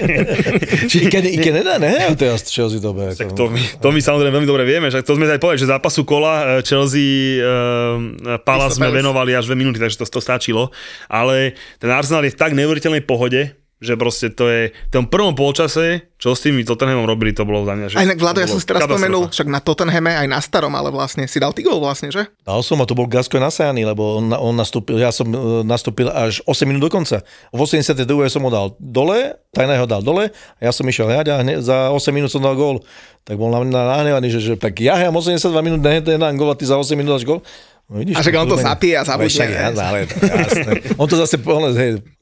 Či keď, keď nedá, nehrajú teraz Chelsea dobre. Tak to my, to my samozrejme veľmi dobre vieme, že to sme aj povedali, že zápasu kola Chelsea uh, Palace sme venovali až dve minúty, takže to, to stačilo, ale ten Arsenal je v tak neuveriteľnej pohode, že proste to je v tom prvom polčase, čo s tým Tottenhamom robili, to bolo za mňa, že... Aj inak, Vlado, ja som si teraz katastrofa. spomenul, však na Tottenhame, aj na starom, ale vlastne si dal ty gól vlastne, že? Dal som a to bol Gascoigne nasraný, lebo on, on nastúpil, ja som uh, nastúpil až osem minút do konca. V osemdesiatej druhej som ho dal dole, Tajné ho dal dole a ja som išiel hrať a hne, za osem minút som dal gól. Tak bol na mňa nahnevaný, že, že tak ja hrám osemdesiatdva minút, nedám gól a ty za osem minút dáš gól. No, vidíš, A že on to zapije a zabudne. Však, ja, ale, jasné. On to zase, on, hej,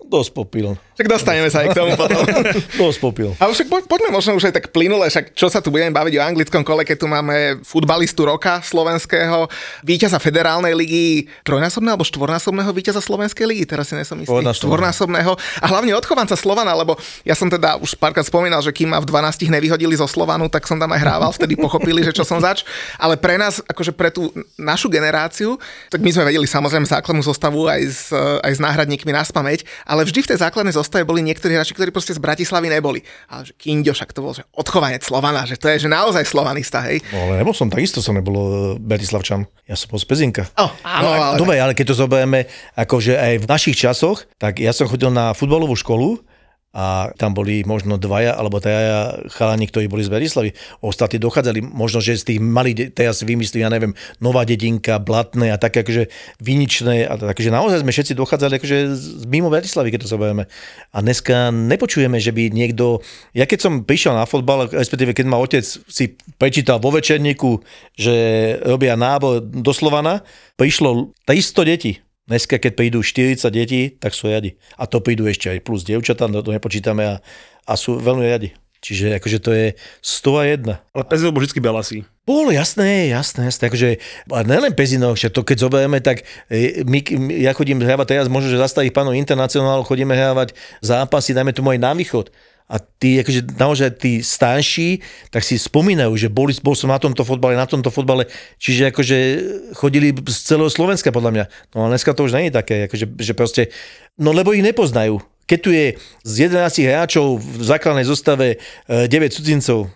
Dosť popil. Tak dostaneme sa aj k tomu potom. Dosť popil. Ale však po, poďme možno už aj tak plynule, však čo sa tu budeme baviť o anglickom kole, keď tu máme futbalistu roka slovenského, víťaza federálnej ligy, trojnásobného alebo štvornásobného víťaza slovenskej ligy, teraz si nesom istý, štvornásobného a hlavne odchovanca Slovana, lebo ja som teda už párkrát spomínal, že kým ma v dvanástich nevyhodili zo Slovanu, tak som tam aj hrával, vtedy pochopili, že čo som zač, ale pre nás, akože pre tú našu generáciu, tak my sme vedeli samozrejme základnú zostavu aj s, aj s náhradníkmi na spamäť, ale vždy v tej základnej zostave boli niektorí hráči, ktorí proste z Bratislavy neboli. Ale že Kinďo, však to bol, že odchovanec Slovana, že to je, že naozaj slovanista, hej. No ale nebol som, takisto som nebol Bratislavčan. Ja som bol z Pezinka. Oh, áno, no, ale... Dobre, ale keď to zoberieme, akože aj v našich časoch, tak ja som chodil na futbalovú školu a tam boli možno dvaja alebo traja chalani, ktorí boli z Bratislavy. Ostatní dochádzali, možno, že z tých malých, teraz si vymyslím, ja neviem, Nová Dedinka, Blatné a také akože Viničné a takže naozaj sme všetci dochádzali akože z mimo Bratislavy, keď to zoberieme. A dneska nepočujeme, že by niekto, ja keď som prišiel na fotbal, respektíve keď ma otec si prečítal vo večerníku, že robia nábor do Slovana, prišlo tristo detí. Dneska, keď prídu štyridsať detí, tak sú radi. A to prídu ešte aj plus dievčatá, to nepočítame a, a sú veľmi radi. Čiže akože to je sto a jedna. Ale Pezinok bol vždy belasý. Bolo, jasné, jasné, jasné. Akože, a nelen Pezinok, že to keď zoberieme, tak my, ja chodím hrávať teraz, možno, že za starých pánov internacionálov chodíme hrávať zápasy, dajme tomu aj na východ. A tí, akože naozaj tí starší, tak si spomínajú, že boli, bol som na tomto fotbale, na tomto fotbale, čiže akože chodili z celého Slovenska podľa mňa. No a dneska to už nie je také, akože, že proste, no lebo ich nepoznajú. Keď tu je z jedenástich hráčov v základnej zostave deväť cudzincov,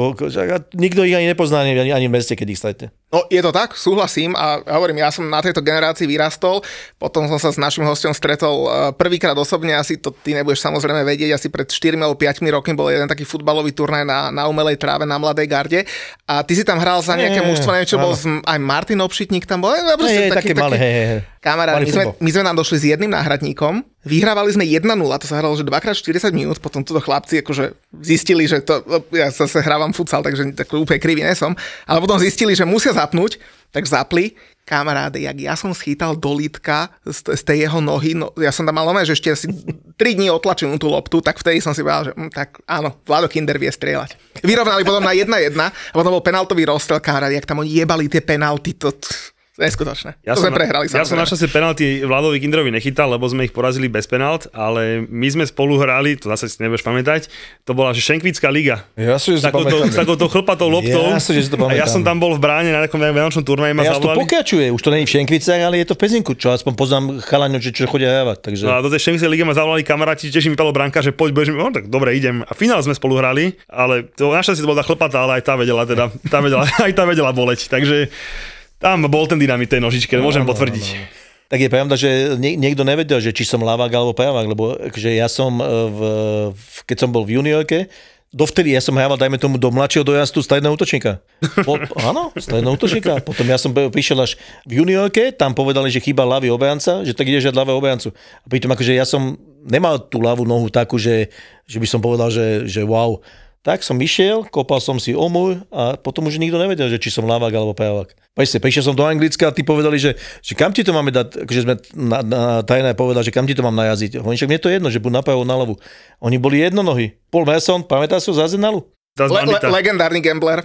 nikto ich ani nepozná ani, ani v meste, keď ich stretne. No je to tak, súhlasím a hovorím, ja som na tejto generácii vyrastol, potom som sa s našim hosťom stretol prvýkrát osobne, asi to ty nebudeš samozrejme vedieť, asi pred štyrmi alebo piatimi rokmi bol jeden taký futbalový turnaj na, na umelej tráve na Mladej Garde a ty si tam hral za nejaké mužstvo, neviem čo, bol z, aj Martin Obšitník tam bol, ja, proste, je, taký, také taký, malé, hej, hej. Kamarát, my sme, my sme nám došli s jedným náhradníkom, vyhrávali sme jedna nula, to sa hralo, že dvakrát štyridsať minút, potom tuto chlapci akože zistili, že to, ja zase hrávam futsal, takže tak úplne krivý nesom, ale potom zistili, že musia zapnúť, tak zapli, kamaráde, jak ja som schytal do lítka z, z tej jeho nohy, no ja som tam mal že ešte asi tri dní otlačil tú loptu, tak vtedy som si povedal, že hm, tak áno, Vlado Kinder vie strieľať. Vyrovnali potom na jedna jedna a potom bol penaltový rozstrel, kamaráde, jak tam oni jebali tie penalty, to... Neskutočné. Ja to sme prehrali. Ja som našťastie penalty Vladovi Kinderovi nechytal, lebo sme ich porazili bez penalt, ale my sme spolu hrali, to zase si nebudeš pamätať, to bola že Šenkvická liga. Ja si, že si pamätám. S takouto chlpatou loptou. Ja si, že si to pamätám. A ja som tam bol v bráne na nejakom vianočnom turnaji. Ja to pokračuje, už to nie je v Šenkvicách, ale je to v Pezinku, čo aspoň poznám chalaňov, čo, čo chodia hrávať. Takže... No a do tej Šenkvickej ligy ma zavolali kamaráti, tiež mi vypadlo branka, že poď, budeš mi, no tak dobre, idem. A finál sme spolu hrali, ale to našťastie to bola tá chlpatá, ale aj tá vedela teda, tá vedela, aj tá vedela boleť. Takže tam bol ten dynamit tej nožičke, môžem no, potvrdiť. No, no. Tak je pravda, že nie, niekto nevedel, že či som ľavák alebo pravák, lebo že ja som, v, keď som bol v juniorke, dovtedy ja som hrával, dajme tomu, do mladšieho dojastu stredného útočníka. Po, áno, stredného útočníka. Potom ja som prišiel až v juniorke, tam povedali, že chýba ľavý obranca, že tak ideš žať ľavého obrancu. A pritom akože ja som nemal tú ľavú nohu takú, že, že by som povedal, že, že wow. Tak som išiel, kopal som si o môj a potom už nikto nevedel, že či som ľavák alebo pravák. Prečo, prišiel som do Anglicka a tí povedali, že, že kam ti to máme dať, akože sme na, na tajné povedali, že kam ti to mám najaziť. Oni však mne to jedno, že buď napravo, na ľavu. Oni boli jednonohy. Paul Merson, pamätáš si ho z Arsenalu? Le, le, legendárny gambler.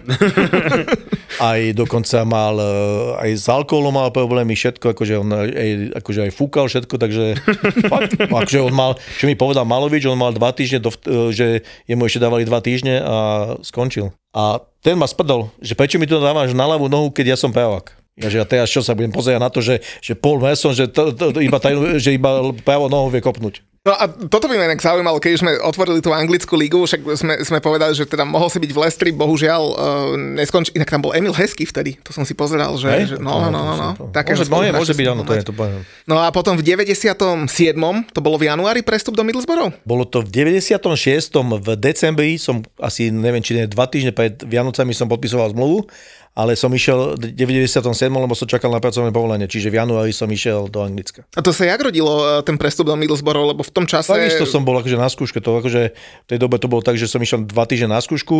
Aj dokonca mal, aj s alkoholom mal problémy, všetko, akože on aj, akože aj fúkal všetko, takže fakt, akože on mal, čo mi povedal Malovič, on mal dva týždne, do, že jemu ešte dávali dva týždne a skončil. A ten ma spadol, že prečo mi to dávaš na ľavú nohu, keď ja som pravák. Ja, že ja teraz čo sa budem pozerať na to, že, že Paul Merson, že, to, to, iba, tajnú, že iba pravou nohou vie kopnúť. No a toto by ma inak zaujímalo, keď sme otvorili tú anglickú lígu, však sme, sme povedali, že teda mohol si byť v Leicesteri, bohužiaľ uh, neskončil, inak tam bol Emil Heskey vtedy, to som si pozeral, že, hey? že no, no, no, no, no. Môže, môže, môže byť, áno, to je to. No a potom v deväťdesiatom siedmom, to bolo v januári prestup do Middlesbrough? Bolo to v deväťdesiatom šiestom v decembri, som asi neviem, či nie, dva týždne pred Vianocami som podpisoval zmluvu, ale som išiel v deväťdesiatom siedmom, lebo som čakal na pracovné povolenie, čiže v januári som išiel do Anglicka. A to sa jak rodilo, ten prestup do Middlesbrough, lebo v tom čase... Takisto som bol akože na skúške, to akože v tej dobe to bolo tak, že som išiel dva týždne na skúšku,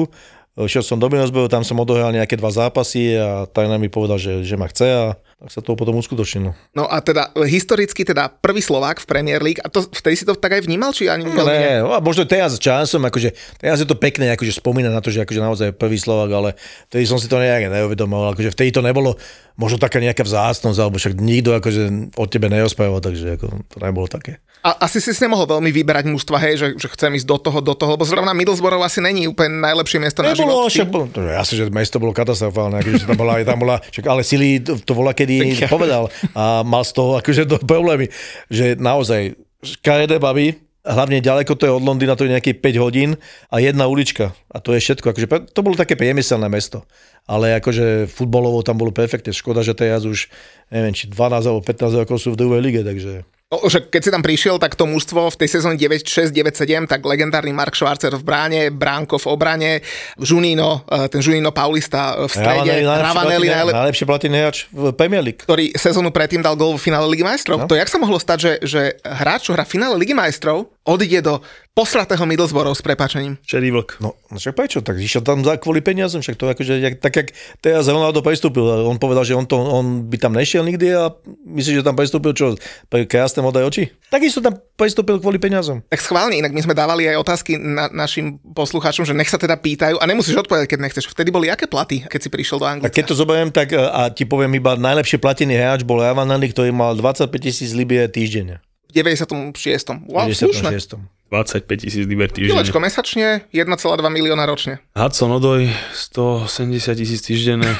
Šiel som do Middlesbrough, tam som odohral nejaké dva zápasy a tajná mi povedal, že, že ma chce a tak sa to potom uskutočnilo. No a teda historicky teda prvý Slovák v Premier League, a to vtedy si to tak aj vnímal, či ani no, ne, a možno teraz časom, akože teraz je to pekné, akože spomínať na to, že akože naozaj prvý Slovák, ale vtedy som si to nejak neuvedomoval, akože vtedy to nebolo možno taká nejaká vzácnosť, alebo však nikto akože od tebe nerozprával, takže ako, to nebolo také. A asi si si nemohol veľmi vyberať mužstva, hej, že, že chcem ísť do toho, do toho, lebo zrovna Middlesbrough asi není úplne najlepšie miesto na nebolo, život. Však, bolo, asi, že mesto bolo katastrofálne, akože tam bola, tam bola, však, ale Sili to, to bola, kedy povedal a mal z toho akože do problémy, že naozaj škaredé baby, hlavne ďaleko to je od Londýna, to je nejakých päť hodín a jedna ulička a to je všetko, akože to bolo také priemyselné mesto. Ale akože futbalovo tam bolo perfektne. Škoda, že teraz už, neviem, či dvanásť alebo pätnásť rokov sú v druhej lige, takže... No, že keď si tam prišiel, tak to mužstvo v tej sezóne deväť šesť deväť sedem, tak legendárny Mark Schwarzer v bráne, Bránko v obrane, Žunino, ten Žunino Paulista v strede, Ravanelli, najlepší, najlepší platený hráč v Premier League. Ktorý sezónu predtým dal gól v finále Ligy majstrov. No. To jak sa mohlo stať, že, že hráč, čo hrá v finále Ligy majstrov, odíde do posratého Middlesbrough s prepáčením? Šedý vlk. No, však prečo? Tak išiel tam za kvôli peniazom, však to akože, jak, tak jak teraz Ronaldo prestúpil, on povedal, že on, to, on by tam nešiel nikdy a myslíš, že tam prestúpil čo? Pre krásne modré oči? Takisto tam prestúpil kvôli peniazom. Tak schválne, inak my sme dávali aj otázky na, našim poslucháčom, že nech sa teda pýtajú a nemusíš odpovedať, keď nechceš. Vtedy boli aké platy, keď si prišiel do Anglicka? A keď to zoberiem, tak a ti poviem iba najlepšie platený hráč bol Ravanelli, ktorý mal dvadsaťpäť tisíc libier týždenne. V deväťdesiatom šiestom. Wow, slušné. dvadsaťpäť tisíc libier týždenne. Kilečko mesačne, jeden celá dva milióna ročne. Hudson Odoj, stoosemdesiat tisíc týždenne.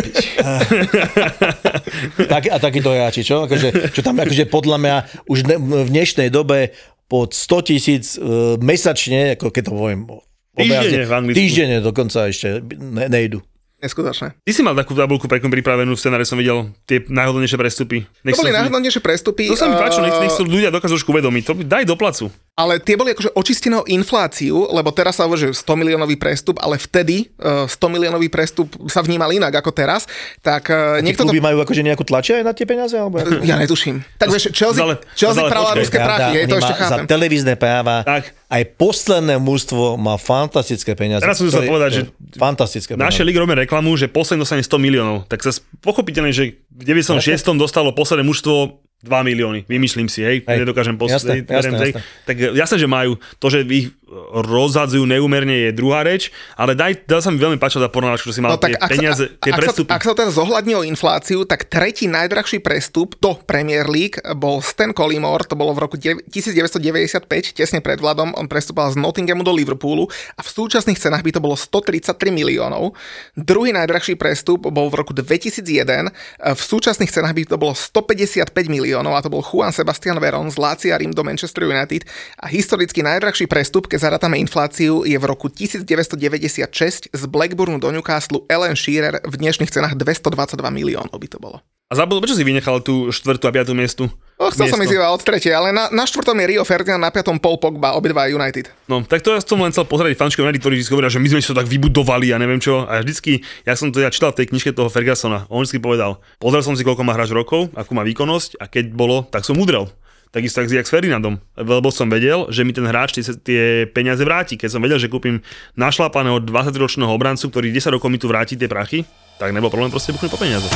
tak, a takýto hráči, čo? Akože, čo tam akože podľa mňa už ne, v dnešnej dobe pod sto tisíc uh, mesačne, ako keď to poviem, týždenne v Anglicku. Týždenne dokonca ešte ne, nejdu. Neskutočné. Ty si mal takú tabulku prekom pripravenú, v scenári som videl tie najhodnejšie prestupy. Nech to boli najhodnejšie prestupy. To sa mi páčilo, nech, nech si ľudia dokážu už uvedomiť. To daj do placu. Ale tie boli akože očistené o infláciu, lebo teraz sa hovorí, že sto miliónový prestup, ale vtedy uh, sto miliónový prestup sa vnímal inak ako teraz. Tak uh, niekto kluby to... majú akože nejakú tlačia aj na tie peniaze? Alebo... Ja netuším. Tak vieš, Chelsea, zale, Chelsea zale, práva ruské prachy, je to ešte chápem. Za televízne práva tak. Aj posledné mužstvo má fantastické peniaze. Teraz som sa povedať, že fantastické naše ligy robíme reklamu, že posledný dostane sto miliónov. Tak sa pochopiteľne, že v deväťdesiatom šiestom dostalo posledné mužstvo dva milióny, vymyslím si, hej, hej. Nedokážem posledný. Tak jasné, že majú to, že ich rozhadzujú neúmerne je druhá reč, ale daj, dal sa mi veľmi páčil tá porovnávačka, že si mal no, tie peniaze, sa, tie ak prestupy. Sa, ak sa teda zohľadní o infláciu, tak tretí najdrahší prestup do Premier League bol Stan Collymore, to bolo v roku devätnásťstodeväťdesiatpäť, tesne pred Vladom, on prestúpal z Nottinghamu do Liverpoolu a v súčasných cenách by to bolo stotridsaťtri miliónov. Druhý najdrahší prestup bol v roku dvetisícjeden, v súčasných cenách by to bolo stopäťdesiatpäť miliónov a to bol Juan Sebastian Veron z Lazia Rím do Manchester United a historicky najdrahší prestup, keď zarátame infláciu, je v roku devätnásťstodeväťdesiatšesť z Blackburnu do Newcastle Alan Shearer, v dnešných cenách dvestodvadsaťdva miliónov by to bolo. A zabudol, prečo si vynechal tú štvrtú a piatú miestu? O, chcel miesto. Som ísť od tretej, ale na, na štvrtom je Rio Ferdinand, na piatom Paul Pogba, obidva United. No, tak to ja som len chcel pozrieť fančkov United, ktorí vždy hovoria, že my sme si to tak vybudovali a neviem čo. A vždycky, ja som to ja čítal v tej knižke toho Fergusona, on vždycky povedal, pozrel som si, koľko má hráč rokov, akú má výkonnosť a keď bolo, tak som udrel. Takisto tak jak s Ferdinandom, lebo som vedel, že mi ten hráč tie, tie peniaze vráti. Keď som vedel, že kúpim našlapaného dvadsaťročného obrancu, ktorý desať rokov mi tu vráti tie prachy, tak nebol problém proste buchnúť po peniaze.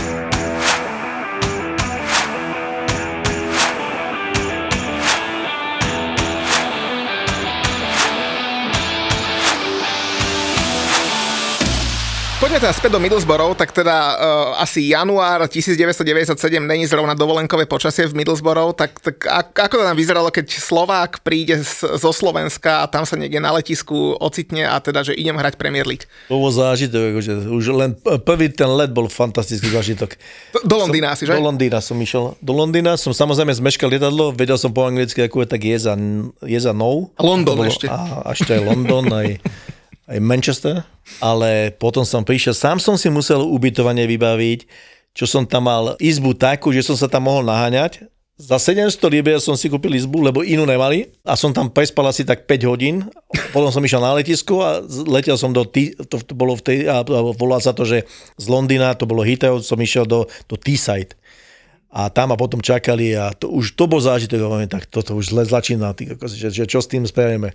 Poďme teda späť do Middlesbrough, tak teda uh, asi január devätnásťstodeväťdesiatsedem není zrovna dovolenkové počasie v Middlesbrough, tak, tak ako to tam vyzeralo, keď Slovák príde z, zo Slovenska a tam sa niekde na letisku ocitne a teda, že idem hrať Premier League? To bol zážitok, že už len prvý ten let bol fantastický zážitok. Do, do Londýna asi, že? Do Londýna som išiel. Do Londýna som samozrejme zmeškal lietadlo, vedel som po anglicky, ako je tak je za, je za nou. London ešte. A, a ešte aj London, aj... aj Manchester, ale potom som prišiel, sám som si musel ubytovanie vybaviť, čo som tam mal izbu takú, že som sa tam mohol naháňať. Za sedemsto libier som si kúpil izbu, lebo inú nemali a som tam prespal asi tak päť hodín. Potom som išiel na letisko a letel som do, T, to, to bolo v tej, a volá sa to, že z Londýna, to bolo Heathrow, som išiel do, do Teesside. A tam ma potom čakali a to, už to bol zážitok, tak toto už zle začína, že, že čo s tým spravíme.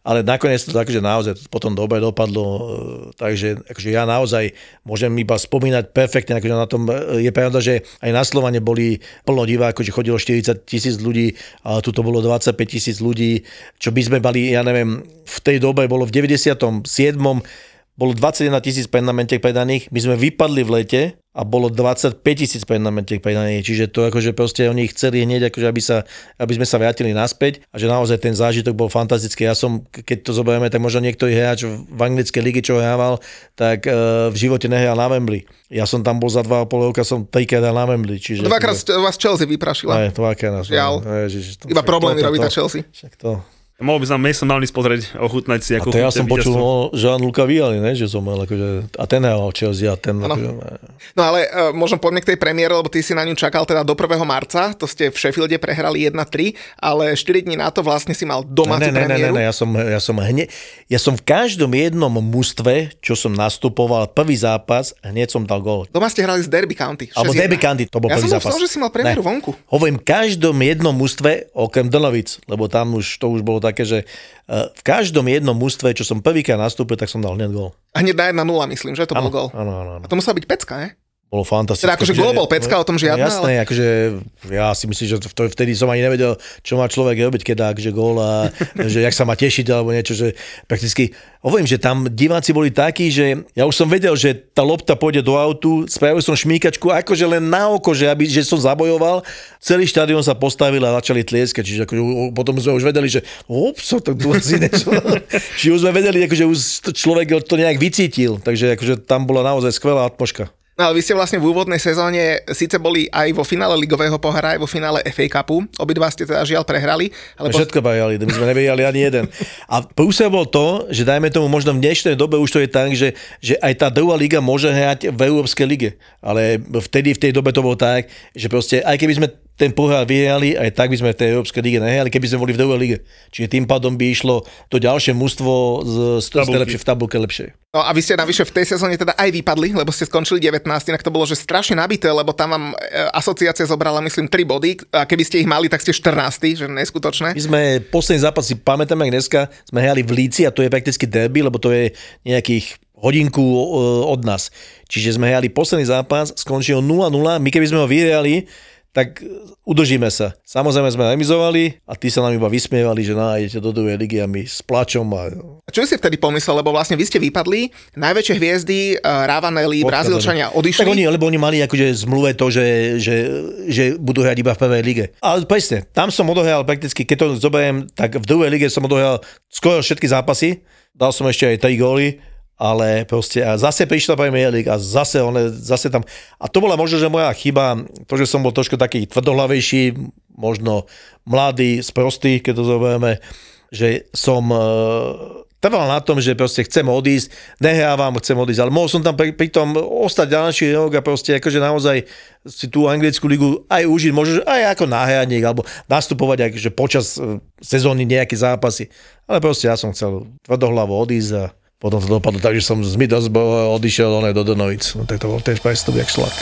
ale nakoniec to takže naozaj potom dobre dopadlo, takže akože ja naozaj môžem iba spomínať perfektne, akože na tom je pravda, že aj na Slovane boli plno divákov, že chodilo štyridsať tisíc ľudí, ale tu to bolo dvadsaťpäť tisíc ľudí, čo by sme mali, ja neviem, v tej dobe bolo v deväťdesiatom siedmom bolo dvadsaťjeden tisíc pennamentiek predaných, my sme vypadli v lete a bolo dvadsaťpäť tisíc pennamentiek predaných, čiže to akože proste oni chceli hneď, akože aby, sa, aby sme sa vrátili naspäť a že naozaj ten zážitok bol fantastický. Ja som, keď to zoberieme, tak možno niektorý hráč v anglickej lige, čo hrával, tak uh, v živote nehral na Wembley. Ja som tam bol za dva a pol roka, som trikrát hral na Wembley. Čiže dvakrát to, vás Chelsea vyprašila. Aj, dvakrát. Ježiš, Iba problémy robí tá Chelsea. Však to... Mohol by sa Mason Mount pozrieť, ochutnať si. Ako a to ja som počul o Jean-Luca Vialli, ne? Že som mal akože, a ten hral Chelsea a ten... Akože, no ale uh, možno poďme k tej premiére, lebo ty si na ňu čakal teda do prvého marca, to ste v Sheffielde prehrali jedna tri, ale štyri dní na to vlastne si mal domácu ne, ne, premiéru. Ne, ne, ne, ja som, ja som hne, ja som v každom jednom mužstve, čo som nastupoval, prvý zápas, hneď som dal gól. Doma ste hrali z Derby County. Alebo Derby County, to bol ja prvý zápas. Ja som že si mal premiéru ne. vonku. Hovorím, v každom jednom mužstve, okrem Drnovic, lebo tam už to už bolo také, že v každom jednom mužstve, čo som prvýkrát nastúpil, tak som dal hneď gól. A hneď na jedna nula, myslím, že to ano, bol gól. Áno, áno, áno. A to musela byť pecka, ne? Bolo fantastické. Teda akože gól bol pecka, o tom žiadna, jasné, ale... akože ja si myslím, že to, vtedy som ani nevedel, čo má človek robiť, keď dá akože gól a že jak sa má tešiť alebo niečo, že prakticky, hovorím, že tam diváci boli takí, že ja už som vedel, že tá lopta pôjde do autu, spravil som šmíkačku, akože len na oko, že, aby, že som zabojoval, celý štadión sa postavil a začali tlieskať, čiže akože potom sme už vedeli, že ups, to tu asi niečo. Čiže už sme vedeli, akože už človek to nejak vycítil, takže akože tam bola naozaj skvelá atmosféra. No ale vy ste vlastne v úvodnej sezóne síce boli aj vo finále ligového pohára, aj vo finále ef á Cupu. Obidva ste teda žiaľ prehrali. Ale Všetko bajali, my sme nevedeli ani jeden. A prúser bol to, že dajme tomu možno v dnešnej dobe už to je tak, že, že aj tá druhá liga môže hrať v Európskej lige. Ale vtedy v tej dobe to bolo tak, že proste aj keby sme ten pohár vyhrali, aj tak by sme v tej Európskej lige nehrali, keby sme boli v druhej lige. Čiže tým pádom by išlo to ďalšie mužstvo z, z, z lepšie, v tabulke lepšie. No a vy ste navyše v tej sezóne teda aj vypadli, lebo ste skončili devätnásty, inak to bolo že strašne nabité, lebo tam vám asociácia zobrala myslím tri body a keby ste ich mali, tak ste štrnásty, že neskutočné. My sme posledný zápas, si pamätáme, jak dneska sme hrali v Líci a to je prakticky derby, lebo to je nejakých hodinku od nás. Čiže sme hrali posledný zápas, skončil nula nula, my keby sme ho vyhrali, tak udržíme sa. Samozrejme sme remizovali a tí sa nám iba vysmievali, že nájdete do druhej ligy a my s plačom. A... a čo si vtedy pomyslel, lebo vlastne vy ste vypadli, najväčšie hviezdy, uh, Ravanelli, Brazílčania odišli? Tak oni, lebo oni mali akože zmluve to, že, že, že budú hrať iba v prvej lige. Ale presne, tam som odohral prakticky, keď to zoberiem, tak v druhej lige som odohral skoro všetky zápasy, dal som ešte aj tri góly, ale proste a zase prišla Premier League a zase, one, zase tam, a to bola možno, že moja chyba, to, že som bol trošku taký tvrdohlavejší, možno mladý, sprostý, keď to zoberieme, že som e, trval na tom, že proste chcem odísť, nehrávam, chcem odísť, ale mohol som tam pri, pri tom ostať ďalší rok a proste akože naozaj si tú anglickú ligu aj užiť, možno aj ako náhradník, alebo nastupovať akože počas sezóny nejaké zápasy, ale proste ja som chcel tvrdohlavo odísť a potom to dopadlo tak, že som z Middlesbrough odišiel do Drnovic. No, tak to bol tiež prestup jak šlak.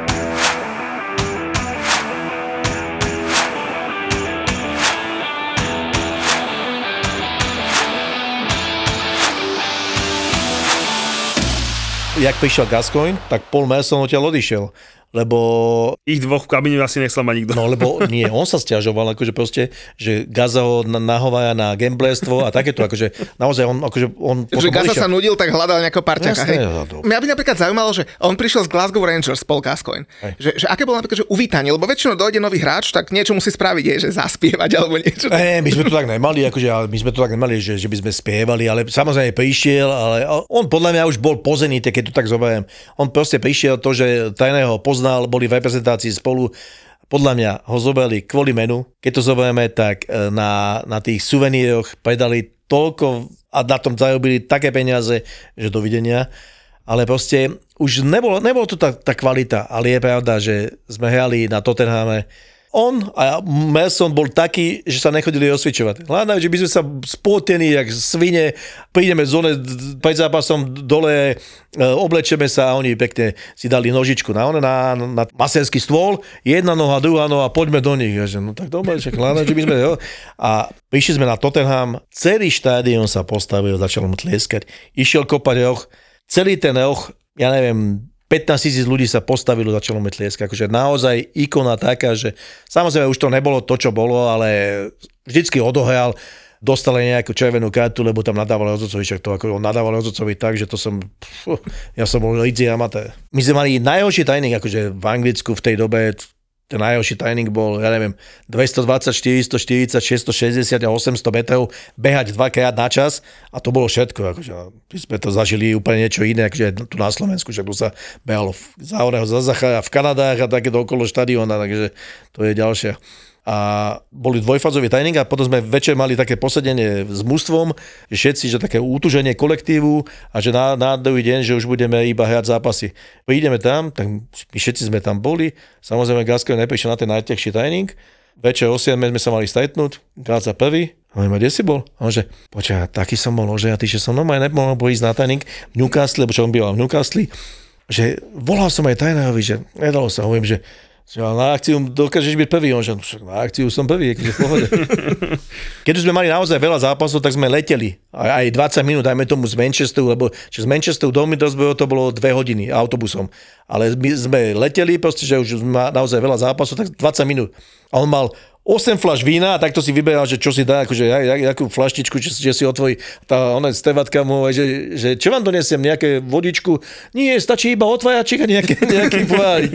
Jak prišiel Gascoigne, tak Paul Merson odtiaľ odišiel. Lebo... Ich dvoch v kabine asi nechcel mať nikto. No lebo nie, on sa sťažoval, akože proste, že Gaza ho nahovája na gamblerstvo a takéto, akože naozaj on... Akože on že Gaza sa nudil, tak hľadal nejakého parťaka. Jasné, mňa by napríklad zaujímalo, že on prišiel z Glasgow Rangers, Paul Gascoigne. Že, že aké bolo napríklad, že uvítanie, lebo väčšinou dojde nový hráč, tak niečo musí spraviť, je, že zaspievať alebo niečo. Ne, my sme to tak nemali, akože my sme to tak nemali, že, že by sme spievali, ale samozrejme prišiel, ale on podľa mňa už bol pozenitý, keď to tak zoberiem. On proste prišiel to, že tajného poznal, boli v reprezentácii spolu. Podľa mňa ho zobrali kvôli menu. Keď to zoberieme, tak na, na tých suveníroch predali toľko a na tom zarobili také peniaze, že dovidenia. Ale proste už nebolo, nebolo to tá, tá kvalita, ale je pravda, že sme hrali na Tottenhame. on a Melson bol taký, že sa nechodili osvičovať. Hľadajú, že by sme sa spotení, jak svine, prídeme z zóne pred zápasom dole, oblečeme sa a oni pekne si dali nožičku na, na, na maserský stôl, jedna noha, druhá noha, poďme do nich. Ja, že, no tak dobre, však hľadajú, že by sme... Jo. A prišli sme na Tottenham, celý štádion sa postavil, začal mu tlieskať, išiel kopať roh, celý ten roh, ja neviem, pätnásť tisíc ľudí sa postavilo, začalo mi tlieskať. Akože naozaj ikona taká, že samozrejme už to nebolo to, čo bolo, ale vždycky odohral, dostal nejakú červenú kartu, lebo tam nadávali Ozocovi, však to ako on nadával Ozocovi tak, že to som, pf, ja som bol lídzy amatér. My sme mali najhorší tréning, akože v Anglicku v tej dobe, ten najhorší tréning bol, ja neviem, dvestodvadsať, štyristoštyridsať, šesťstošesťdesiat a osemsto metrov, behať dvakrát na čas a to bolo všetko. Akože, my sme to zažili úplne niečo iné, akože tu na Slovensku, že tu sa behalo v Záhoreho, Zazacha a v Kanadách a takéto okolo štadióna, takže to je ďalšia. A boli dvojfázový tréning a potom sme večer mali také posedenie s mužstvom, že všetci, že také útuženie kolektívu a že na, na druhý deň, že už budeme iba hrať zápasy. Prídeme tam, tak my všetci sme tam boli, samozrejme Gascoigne neprišiel na ten najťažší tréning, večer o siedmej sme sa mali stretnúť, Gáca prvý, a my, kde si bol? A on že, počkaj, taký som bol ožejatý, že som normálne nemohol ísť na tréning v Newcastle, lebo čo on býval v Newcastle, že volal som aj trénerovi, že nedalo sa, hovorím, že na akciu dokážeš byť prvý, on že na akciu som prvý, akože v pohode. Keď sme mali naozaj veľa zápasov, tak sme leteli. Aj dvadsať minút, dajme tomu z Manchesteru, lebo z Manchesteru do Middlesbrough to bolo dve hodiny autobusom. Ale my sme leteli, proste, že už má naozaj veľa zápasov, tak dvadsať minút. A on mal osem fľaš vína a takto si vyberal, že čo si dá, akože jakú fľaštičku, že, že si otvorí. Tá ona stevatka mu, že, že čo vám donesiem, nejaké vodičku? Nie, stačí iba otváračik a nejaký, nejaký pohárik.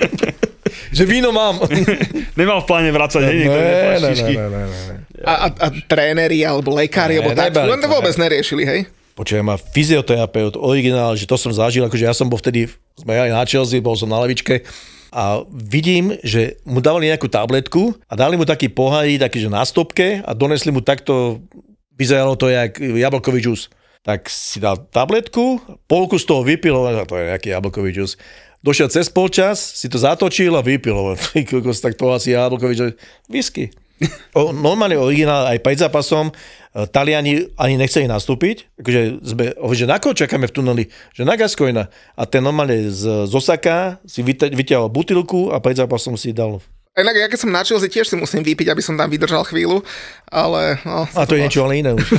Že víno mám. Nemal v pláne vracať, hej, niektoré fľaštičky. A, a, a tréneri alebo lekári, alebo tak, len to vôbec neriešili, hej? Počujem, ma fyzioterapeut, originál, že to som zažil, akože ja som bol vtedy, sme aj na Chelsea, bol som na lavičke a vidím, že mu dávali nejakú tabletku a dali mu taký pohárik, taký, že na stopke a donesli mu takto, vyzeralo to jak jablkový džús. Tak si dal tabletku, polku z toho vypil, to je nejaký jablkový džús. Došiel cez polčas, si to zatočil a vypil. Tak to asi jablkový džús. Whisky. O, normálne originál aj pred zápasom Taliani ani nechceli nastúpiť, akože sme, že na koho čakáme v tuneli, že na Gascoigna. A ten normálne z, z Osaka si vyťahol butilku a pred zápasom si dal. Inak ja keď som na Chelsea, tiež si musím vypiť, aby som tam vydržal chvíľu, ale... No, a to je niečo ale iné už.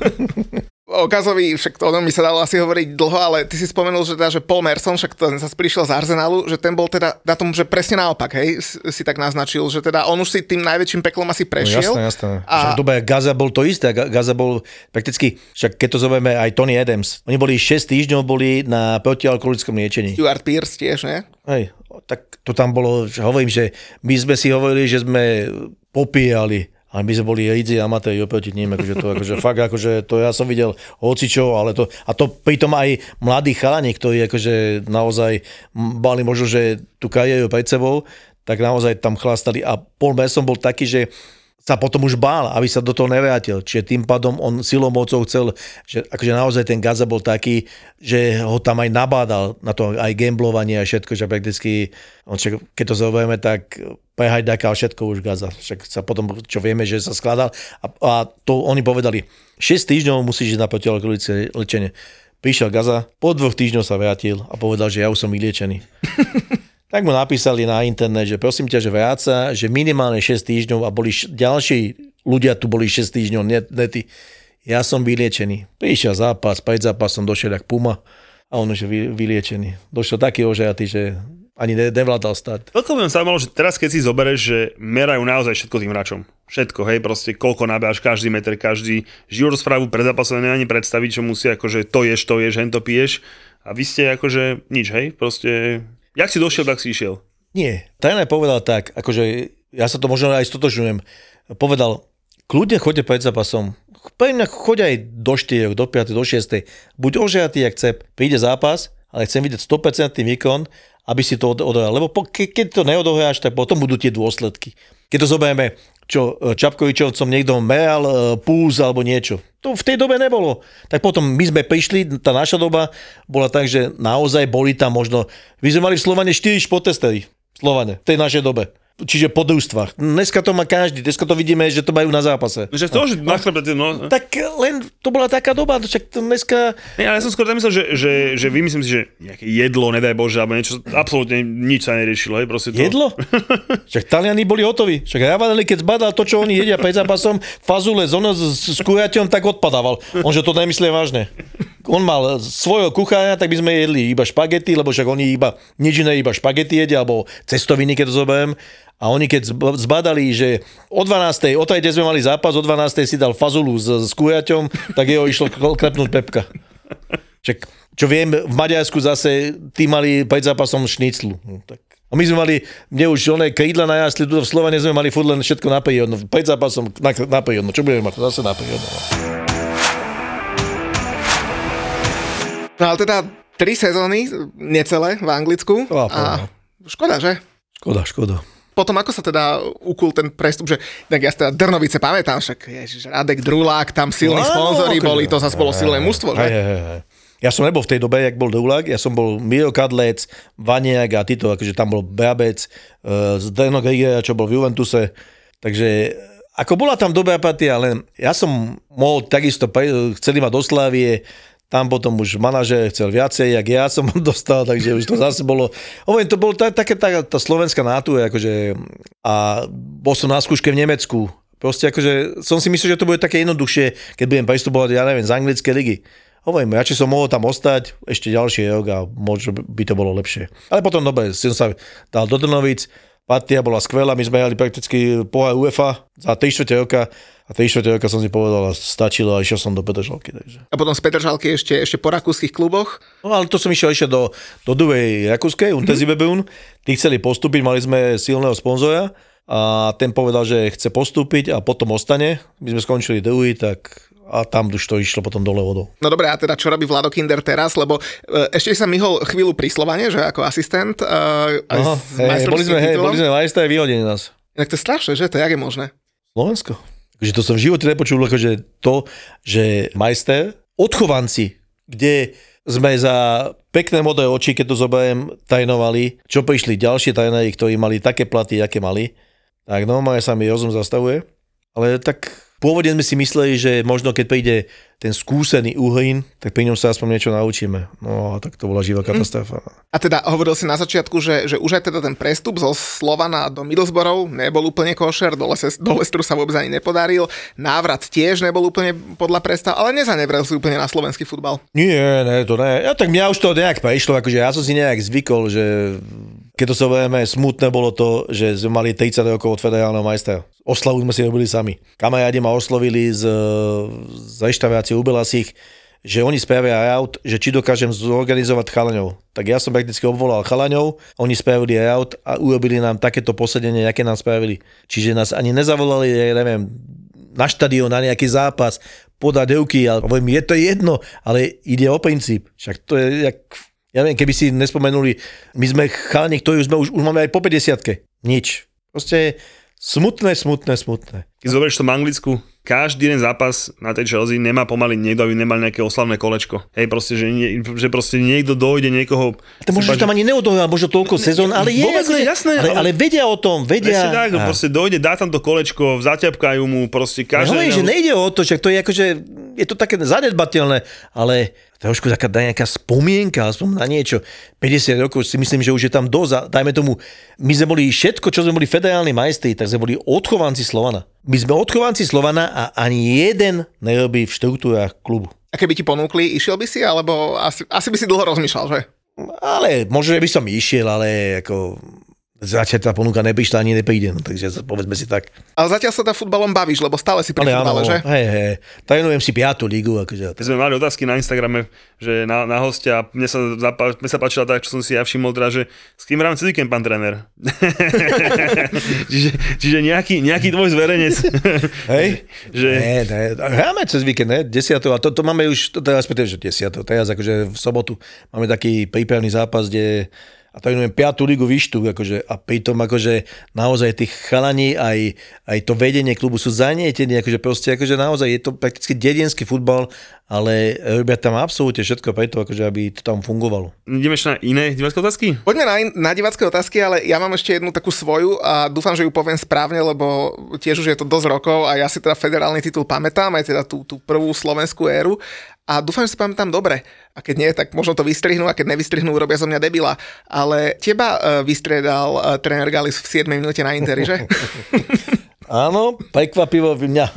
O Gazovi, však to mi sa dalo asi hovoriť dlho, ale ty si spomenul, že, teda, že Paul Merson, však to sa prišiel z Arsenalu, že ten bol teda na tom, že presne naopak, hej, si tak naznačil, že teda on už si tým najväčším peklom asi prešiel. No, jasné, jasné. A... Však dobre, Gaza bol to isté, Gaza bol prakticky, však keď to zoberieme aj Tony Adams, oni boli šesť týždňov boli na protialkoholickom liečení. Stuart Pearce tiež, ne? Hej, tak to tam bolo, že hovorím, že my sme si hovorili, že sme popíjali. A my sme boli lídzi amatéri oproti ním, akože to, akože fakt, akože to ja som videl hocičo, ale to, a to pritom aj mladí chalani, ktorí akože naozaj mali možno, že tú kariéru pred sebou, tak naozaj tam chlastali a Paul Merson bol taký, že sa potom už bál, aby sa do toho nevrátil. Čiže tým pádom on silou mocou chcel, že akože naozaj ten Gaza bol taký, že ho tam aj nabádal na to aj gamblovanie a všetko, že prakticky, keď to zoberieme, tak prehajďaka a všetko už Gaza. Však sa potom, čo vieme, že sa skladal a, a to oni povedali, šesť týždňov musíš ísť na protialkoholické liečenie. Prišiel Gaza, po dvoch týždňoch sa vrátil a povedal, že ja už som vyliečený. Tak mu napísali na internet, že prosím ťa, že vráca, že minimálne šesť týždňov a boli š- ďalší ľudia tu boli šesť týždňov, net, nety. Ja som vyliečený. Prišiel zápas, pred zápasom došiel jak Puma a on už je vy, vyliečený. Došiel taký ožejatý, že ani ne, nevládal stať. Veľko by ma zaujímalo, že teraz keď si zoberieš, že merajú naozaj všetko tým hráčom. Všetko, hej, proste koľko nabáš, každý meter, každý životosprávu pred zápasom neviem ani predstaviť, čo musí akože to ješ, to ješ, hen to piješ a vy ste akože nič, hej, proste... Jak si došiel, tak si išiel? Nie. Tréner povedal tak, akože ja sa to možno aj stotožňujem. Povedal, kľudne choďte pred zápasom. Pre mňa choď aj do štyroch, do piatej, do šiestej. Buď ožejatý, jak chce. Príde zápas, ale chcem vidieť sto percent výkon, aby si to odohral. Lebo po, ke, keď to neodohráš, tak potom budú tie dôsledky. Keď to zoberieme, čo Čapkovičovcom niekto meral púz alebo niečo. To v tej dobe nebolo. Tak potom my sme prišli, tá naša doba bola tak, že naozaj boli tam možno... My sme mali v Slovane štyri športtestery. V Slovane, v tej našej dobe. čiže po družstvách. Dneska to má každý, dneska to vidíme, že to majú na zápase. Že to, že na chlebe, no. Tak len to bola taká doba, však to dneska... Nie, ale ja som skôr tak myslel, že, že, že vymyslím si, že nejaké jedlo, nedaj Bože, alebo niečo, absolútne nič sa neriešilo, hej, proste to. Jedlo? Však Taliani boli hotoví. Však Ravanelli, keď zbadal to, čo oni jedia pred zápasom, fazule z ono s, s kujaťom, tak odpadával. On, že to nemyslí vážne. On mal svojho kuchára, tak by sme jedli iba špagety, lebo však oni iba nič iné, iba špagety jedia, alebo cestoviny, keď to zoberiem. A oni keď zbadali, že o dvanástej, o tretej sme mali zápas, o dvanástej si dal fazulu s, s kujaťom, tak jeho išlo klepnúť pepka. Čak, čo viem, v Maďarsku zase tí mali pred zápasom šniclu. No, tak. A my sme mali, mne už oné krídla na jasli, tu v Slovane sme mali furt len všetko na prírodno. Pred zápasom na, na prírodno. Čo budeme mať? Zase na prírodno. No ale teda tri sezóny, necelé v Anglicku. A, a škoda, že? Škoda, škoda. Potom ako sa teda ukul ten prestup, že tak ja teda Drnovice pamätám, však ježiš, Radek Drulák, tam silní no, sponzori okay. boli, to zase bolo silné mužstvo, že? Hej, hej, hej. Ja som nebol v tej dobe, jak bol Drulák, ja som bol Miro Kadlec, Vaniak a títo, akože tam bol Brabec, uh, Zdeno Grigera, čo bol v Juventuse, takže ako bola tam dobrá partia, len ja som mohol takisto, chceli mať do Slávie, tam potom už manažer chcel viacej, jak ja som dostal, takže už to zase bolo... Hovorím, to bolo také tá, tá slovenská nátura, akože... A bol som na skúške v Nemecku. Proste akože som si myslel, že to bude také jednoduchšie, keď budem pristupovať, ja neviem, z anglickej ligy. Hovorím, ja či som mohol tam ostať ešte ďalší rok a možno by to bolo lepšie. Ale potom dobre, som sa dal do Trnovíc, partia bola skvelá, my sme jali prakticky pohár UEFA za tri štvrte roka a tri štvrte roka som si povedal, stačilo a išiel som do Petržalky. Takže. A potom z Petržalky ešte, ešte po rakúskych kluboch? No ale to som išiel ešte do, do druhej rakúskej, Untersiebebrun. Tí chceli postúpiť, mali sme silného sponzora a ten povedal, že chce postúpiť a potom ostane. My sme skončili druhý, tak a tam už to išlo potom dole vodou. No dobré, a teda čo robí Vlado Kinder teraz, lebo e, ešte sa myhol chvíľu pri Slovane, že ako asistent. E, aj Aha, hej, boli sme, hej, boli sme majstri a vyhodili nás. Inak to je strašné, že? To je, jak je možné? Slovensko. Takže to som v živote nepočul, akože to, že majster, odchovanci, kde sme za pekné modré oči, keď to zoberiem, tajnovali, čo prišli ďalšie tajnery, ktorí mali také platy, aké mali, tak normálne sa mi rozum zastavuje. Ale tak pôvodne sme si mysleli, že možno keď príde ten skúsený Uhrín, tak pri ňom sa aspoň niečo naučíme. No a tak to bola živá katastrofa. A teda hovoril si na začiatku, že, že už aj teda ten prestup zo Slovana do Middlesbrough nebol úplne košer, do, Les- do Leicesteru sa vôbec ani nepodaril, návrat tiež nebol úplne podľa predstav, ale nezanevrel si úplne na slovenský futbal. Nie, ne, to ne. Ja tak mňa už to nejak prešlo, akože ja som si nejak zvykol, že keď to sa budeme, smutné bolo to, že sme mali tridsať rokov od federálneho majstra. Oslavu sme si robili sami. Kamarádi ma oslovili z, z reštaurácie u Belasich, že oni spravia out, že či dokážem zorganizovať chalaňov. Tak ja som prakticky obvolal chalaňov, oni spravili out a urobili nám takéto posedenie, aké nám spravili. Čiže nás ani nezavolali, ja neviem, na štadión, na nejaký zápas, podať ruky, ale je to jedno, ale ide o princíp. Však to je jak... Ja neviem, keby si nespomenuli, my sme chalani, ktorí sme už, už máme aj po päťdesiatke. Nič. Proste smutné, smutné, smutné. Keď zoberieš to v Anglicku, každý jeden zápas na tej Chelsea nemá pomaly niekto, aby nemal nejaké oslavné kolečko. Hej, proste, že, nie, že proste niekto dojde niekoho... To možno, že tam ani neodohral, možno toľko sezón, ale je... Vôbec nie, jasné. Ale, ale vedia o tom, vedia... Tak, a... proste dojde, dá tam to kolečko, zaťapkajú mu, proste každý... No, že nejde o to, že to je akože... Je to také zanedbateľné, ale trošku taká nejaká spomienka, aspoň na niečo. päťdesiat rokov si myslím, že už je tam dosť. Dajme tomu, my sme boli všetko, čo sme boli federálni majstri, tak sme boli odchovanci Slovana. My sme odchovanci Slovana a ani jeden nerobí v štruktúrách klubu. A keby ti ponúkli, išiel by si, alebo asi, asi by si dlho rozmýšľal, že? Ale možno, že by som išiel, ale ako... Začať tá ponuka neprišla ani nepríde, no, takže povedzme si tak. Ale zatiaľ sa tá futbalom bavíš, lebo stále si pri futbale, že? Hej, hej, trénujem si piatu ligu. Akože. My sme mali otázky na Instagrame, že na, na hostia, a mne sa, zapá, mne sa páčila tak, čo som si ja všimol, teda, že s kým hráme celý víkend, pán tréner? čiže, čiže nejaký, nejaký tvoj zverejnec. Hej? že... Ne, ne, hráme cez víkend, ne, desiato, a to, to máme už, to teraz, že desiato, teraz akože v sobotu máme taký prípravný zápas, kde A to je piatú ligu vyštú, akože, a pritom akože naozaj tých chalani, aj, aj to vedenie klubu sú zanietení, akože proste, akože naozaj je to prakticky dedinský futbal, ale robia tam absolútne všetko preto, akože aby to tam fungovalo. Ideme ešte na iné divácké otázky? Poďme na, in- na divácké otázky, ale ja mám ešte jednu takú svoju a dúfam, že ju poviem správne, lebo tiež už je to dosť rokov a ja si teda federálny titul pamätám, aj teda tú, tú prvú slovenskú éru. A dúfam, že si pamätám dobre. A keď nie, tak možno to vystrihnú, a keď nevystrihnú, urobia zo mňa debila. Ale teba uh, vystriedal uh, tréner Galis v siedmej minúte na Interi, že? Áno, prekvapivo mňa.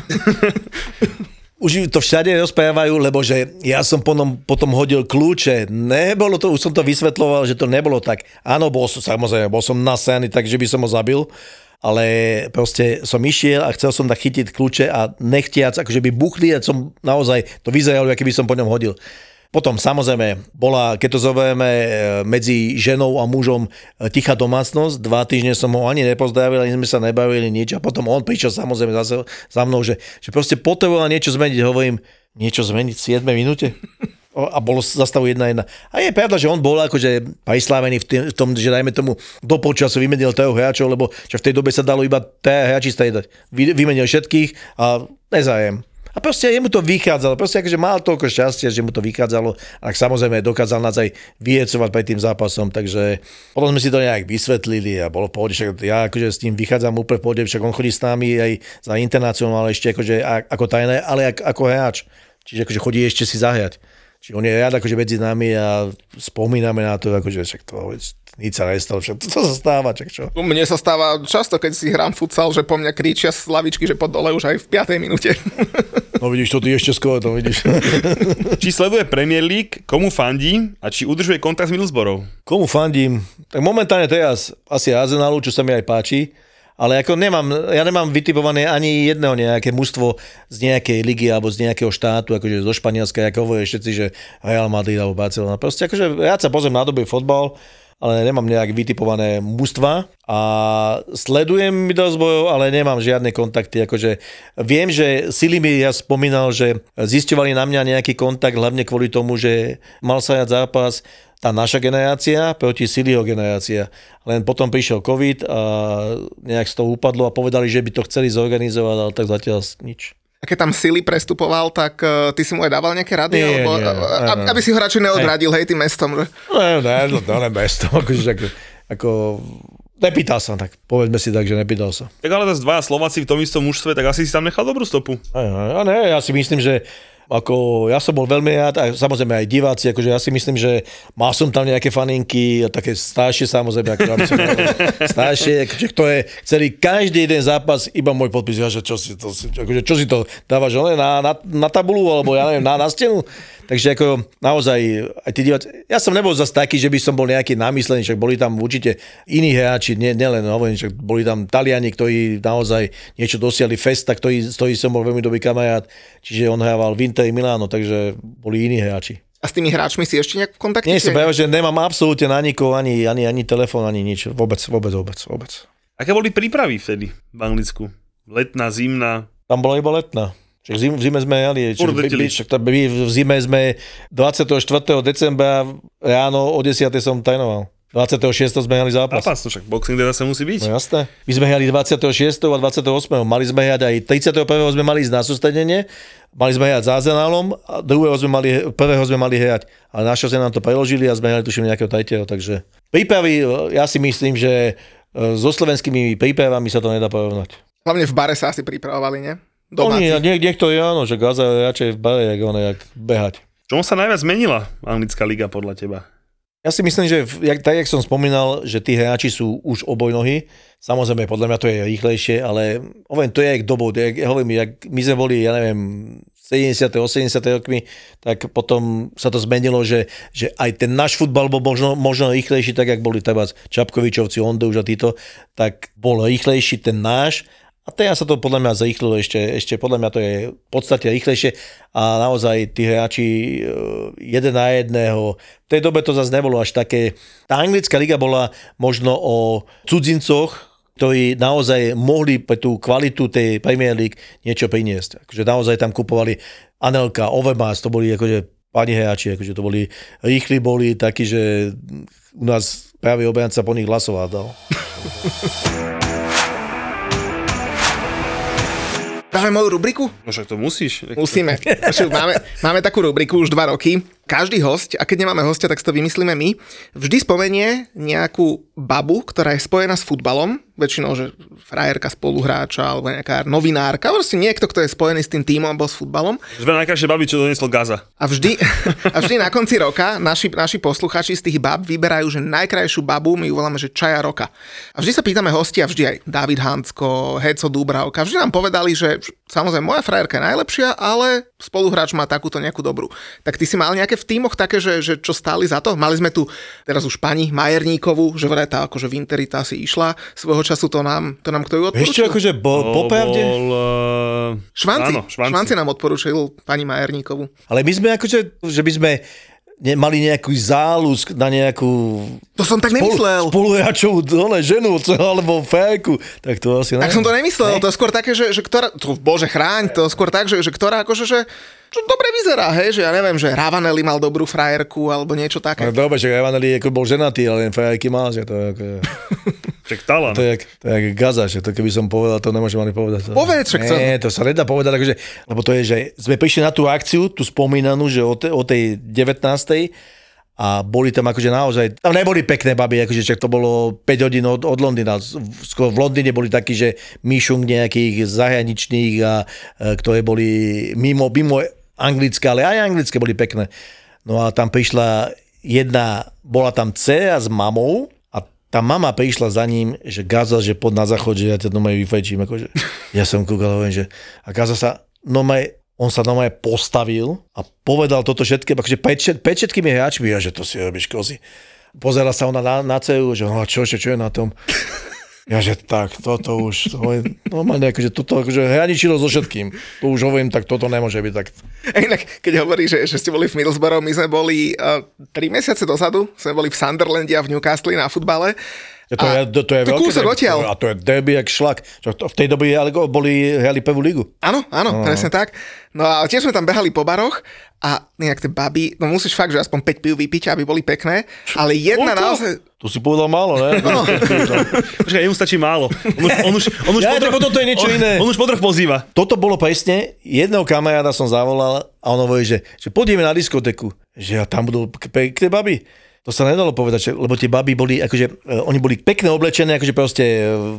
Už to všade rozprávajú, lebo že ja som potom, potom hodil kľúče. Nebolo to, už som to vysvetľoval, že to nebolo tak. Áno, bol som, samozrejme, bol som nasaný, takže by som ho zabil. Ale proste som išiel a chcel som tak chytiť kľúče a nechtiac, akože by buchli a som naozaj to vyzeralo, aký by som po ňom hodil. Potom samozrejme bola, keď to zoberieme medzi ženou a mužom, tichá domácnosť. Dva týždne som ho ani nepozdravil, ani sme sa nebavili nič a potom on prišiel samozrejme zase za mnou, že, že proste potreboval niečo zmeniť. Hovorím, niečo zmeniť v siedmej minúte? A bolo zastavu jedna jedna. A je pravda, že on bol akože preslávený v, tým, v tom, že dajme tomu do polčasu vymenil troch hráčov, lebo v tej dobe sa dalo iba traja hráči striedať. Vy, vymenil všetkých a nezájem. A proste jemu to vychádzalo. Proste akože mal toľko šťastia, že mu to vychádzalo. A samozrejme dokázal nás aj vyjecovať pred tým zápasom. Takže potom sme si to nejak vysvetlili a bolo v pohode. Však ja akože s tým vychádzam úplne v pohode, však on chodí s nami aj za internacionál, ale ešte akože ako tajné, ale ako, ako hráč. Čiže akože chodí ešte si zahrať. Čiže on je rád akože medzi nami a spomíname na to, akože však to nič sa nestalo, však to, to sa stáva, čak čo. Mne sa stáva často, keď si hrám futsal, že po mňa kričia z lavičky, že pod dole už aj v piatej minúte. No vidíš, to ty ešte skôr, to vidíš. Či sleduje Premier League, komu fandí a či udržuje kontakt s Middlesbrough? Komu fandím? Tak momentálne teraz asi Arsenalu, čo sa mi aj páči. Ale ako nemám, ja nemám vytipované ani jedného nejaké mužstvo z nejakej ligy alebo z nejakého štátu, akože zo Španielska, ako hovorí všetci, že Real Madrid alebo Barcelona. Proste akože ja sa pozriem na dobrý fotbal, ale nemám nejak vytipované mužstva a sledujem Middlesbrough, ale nemám žiadne kontakty. Akože viem, že Silimi ja spomínal, že zisťovali na mňa nejaký kontakt, hlavne kvôli tomu, že mal sa jať zápas tá naša generácia proti Siliho generácia. Len potom prišiel COVID a nejak z toho upadlo a povedali, že by to chceli zorganizovať, ale tak zatiaľ nič. A keď tam Sili prestupoval, tak uh, ty si mu aj dával nejaké rady? Nie, alebo, nie, a, nie, aby si ho radšej neodradil, hej, tým mestom, že? Ne, ne, no, no ne mestom, akože ako, ako nepýtal sa, tak povedzme si tak, že nepýtal sa. Tak ale zase dvaja Slováci v tom istom mužstve, tak asi si tam nechal dobrú stopu. A ne, ja si myslím, že ako ja som bol veľmi rád, a samozrejme aj diváci, akože ja si myslím, že mal som tam nejaké faninky, také staršie samozrejme, ako staršie, akože, ktoré chceli každý jeden zápas iba môj podpis, ja, že čo si to, akože, čo si to dávaš na, na, na tabulu, alebo ja neviem, na, na stenu. Takže ako naozaj, aj tí diváci, ja som nebol zase taký, že by som bol nejaký namyslený, však boli tam určite iní hráči, nie, nielen hovorím, však boli tam Taliani, ktorí naozaj niečo dosiahli, Festa, ktorý, ktorý som bol veľmi dobrý kamarát, čiže on hrával v Interi Miláno, takže boli iní hráči. A s tými hráčmi si ešte nejak v kontakte? Nie som práve, že nemám absolútne na nikoho, ani, ani, ani telefón, ani nič, vôbec, vôbec, vôbec, vôbec. Aké boli prípravy vtedy v Anglicku? Letná, zimná? Tam bola iba letná. Však zim, v zime sme jali, čiže my v zime sme dvadsiateho štvrtého decembra ráno o desiatej som trénoval. dvadsiateho šiesteho sme jali zápas. Zápas, no však boxing day zase musí byť. No jasné. My sme jali dvadsiateho šiesteho a dvadsiateho ôsmeho Mali sme jať aj tridsiateho prvého sme mali ísť na sústredenie, mali sme jať s Arsenálom a druhého sme mali, prvého sme mali hrať. Ale našťastie nám to preložili a sme jali tuším nejakého tretieho, takže prípravy, ja si myslím, že so slovenskými prípravami sa to nedá porovnať. Hlavne v bare sa asi pripravovali, nie? Domáci. Nie, niektorí áno, že Gaza je radšej v bare, jak, on, jak behať. Čomu sa najviac zmenila anglická liga podľa teba? Ja si myslím, že jak, tak, jak som spomínal, že tí hráči sú už obojnohy. Samozrejme, podľa mňa to je rýchlejšie, ale hovorím, to je jak dobou. Jak, hovorím, jak my sme boli, ja neviem, sedemdesiate osemdesiate rokmi, tak potom sa to zmenilo, že, že aj ten náš futbal bol možno, možno rýchlejší, tak jak boli teda Čapkovičovci, Ondruž a títo, tak bol rýchlejší ten náš. A teraz sa to podľa mňa zrýchlilo ešte, ešte podľa mňa to je v podstate rýchlejšie a naozaj tí hráči jeden na jedného. V tej dobe to zase nebolo až také. Tá anglická liga bola možno o cudzincoch, ktorí naozaj mohli pre tú kvalitu tej Premier League niečo priniesť. Akože naozaj tam kupovali Anelka, Overmars, to boli akože pani hráči, akože to boli, rýchli boli takí, že u nás práve obranca po nich hlasoval dal. Dáme moju rubriku? No však to musíš. Musíme. Máme, máme takú rubriku už dva roky. Každý hosť, a keď nemáme hostia, tak si to vymyslíme my, vždy spomenie nejakú babu, ktorá je spojená s futbalom, väčšinou, že frajerka spoluhráča alebo nejaká novinárka, proste niekto, kto je spojený s tým tímom alebo s futbalom. Dve najkrajšie baby, čo donieslo Gaza. A vždy, a vždy na konci roka naši, naši posluchači z tých bab vyberajú, že najkrajšiu babu my ju voláme, že čaja roka. A vždy sa pýtame hostia, vždy aj David Hancko, Heco Dúbravka, vždy nám povedali, že samozrejme moja frajerka je najlepšia, ale spoluhráč má takúto nejakú dobrú. Tak ty si mal nejaké v tímoch také, že, že čo stáli za to? Mali sme tu teraz už pani Majerníkovú, že vraj tá akože v Interi tá si išla, svojho času to nám, to nám kto ju odporúčil? Ešte akože bo, popravde? Bol, uh... Švanci. Áno, Švanci. Švanci nám odporúčil pani Majerníkovú. Ale my sme akože, že by sme ne, mali nejakú záľusk na nejakú... To som tak nemyslel. Spoluhráčovú ženu, alebo féku. Tak to asi ne. Tak som to nemyslel, ne? To je skôr také, že, že ktorá... To, bože chráň, to je skôr tak, že, že ktorá akože, že... Čo dobre vyzerá, hej, že ja neviem, že Ravanelli mal dobrú frajerku alebo niečo také. No dobre, že Ravanelli ako bol ženatý, ale frajerky mal, že to je ako... Čak talent. To je jak, to je jak Gaza, že to keby som povedal, to nemôžem ani povedať. Povedz, však to... Nie, to sa nedá povedať, akože, lebo to je, že sme prišli na tú akciu, tú spomínanú, že o, te, o tej devätnástej a boli tam akože naozaj, tam neboli pekné baby, akože čak to bolo päť hodín od, od Londýna. Skôr v Londýne boli takí, že myšung nejakých zahraničných, a, a, ktoré boli mimo, mimo anglické, ale aj anglické boli pekné. No a tam prišla jedna, bola tam dcera s mamou a tá mama prišla za ním, že Gaza, že pod na záchod, že ja ťa normálne vyfajčím. Akože. Ja som kúkal, hovorím, že a Gaza sa normálne, on sa normálne postavil a povedal toto všetké, akože pred všetkými hráčmi, ja, že to si robíš kozy. Pozerala sa ona na, na dceru, že no čo, čo, čo je na tom? Ja, že tak, toto už, to je normálne, akože toto akože hraničilo so všetkým. To už hovorím, tak toto nemôže byť tak. Inak, keď hovorí, že, že ste boli v Middlesbrough, my sme boli uh, tri mesiace dozadu, sme boli v Sunderlande a v Newcastle na futbale. Ja, to, je, to, to je to veľké kúsok odtiaľ. A to je derby jak šlak. V tej dobe ale boli, hrali prvú ligu. Áno, áno, no. Presne tak. No a tiež sme tam behali po baroch a nejak tie baby, no musíš fakt, že aspoň päť pív vypiť, aby boli pekné, ale jedna Koľko? naozaj... To si povedal málo, ne? No. Počkaj, jemu stačí málo. On už, on už, on už ja, podroch, toto je niečo on, iné. On už podroch pozýva. Toto bolo presne, jedného kamaráda som zavolal a on hovorí, že, že pôjdeme na diskotéku. Že tam budú pekné baby. To sa nedalo povedať, že, lebo tie baby boli, akože, uh, oni boli pekne oblečené, akože proste uh,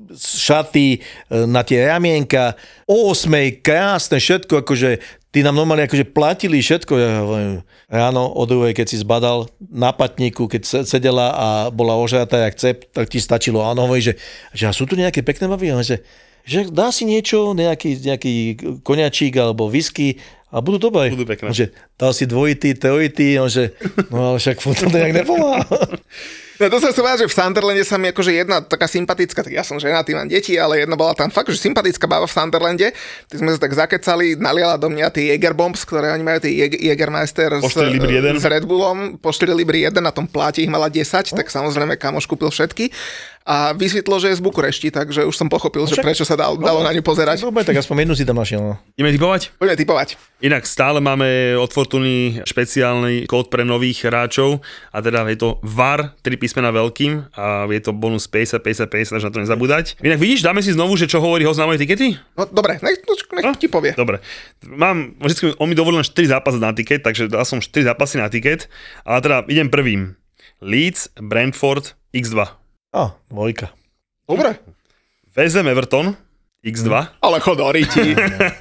šaty uh, na tie ramienka, o osmej, krásne, všetko, akože, tí nám normálne akože platili všetko. Ja hovorím, ráno o druhej, keď si zbadal na patníku, keď sedela a bola ožratá jak cep, tak ti stačilo. A on hovorí, že, že sú tu nejaké pekné baby? A že, že dá si niečo, nejaký, nejaký koniačík alebo whisky, a budú dobré. Budú pekné. Že dal si dvojitý, trojitý, že no ale však to nejak nepomáha. No to som si povedal, že v Sunderlande sa mi akože jedna taká sympatická, tak ja som ženatý, mám deti, ale jedna bola tam fakt, že sympatická bába v Sunderlande. Ty sme sa tak zakecali, naliala do mňa tie Jägerbombs, ktoré oni majú, tie Jägermeister s, s Red Bullom, po štyri libry jeden, na tom pláti ich mala desať, tak samozrejme kamoš kúpil všetky. A vysvetlo, že je z Bukurešti, takže už som pochopil, že prečo sa dalo, dalo na ňu pozerať. Dobre, tak aspoň jednu si tam našiel. No. Ideme typovať? Poďme typovať. Inak stále máme od Fortuny špeciálny kód pre nových hráčov a teda je to V A R, tri písmena veľkým a je to bonus päťdesiat, päťdesiat, päťdesiat, takže na to nezabúdať. Inak vidíš, dáme si znovu, že čo hovorí host na mojej tikety? No dobre, nech, nech no? ti povie. Dobre. Mám, vždycky, on mi dovolil len štyri zápasy na tiket, takže dal som štyri zápasy na tiket, ale teda idem prvým. Leeds, Brentford, iks dva. Á, dvojka. Dobre. West Ham Everton, iks dva. Ale chodori ti.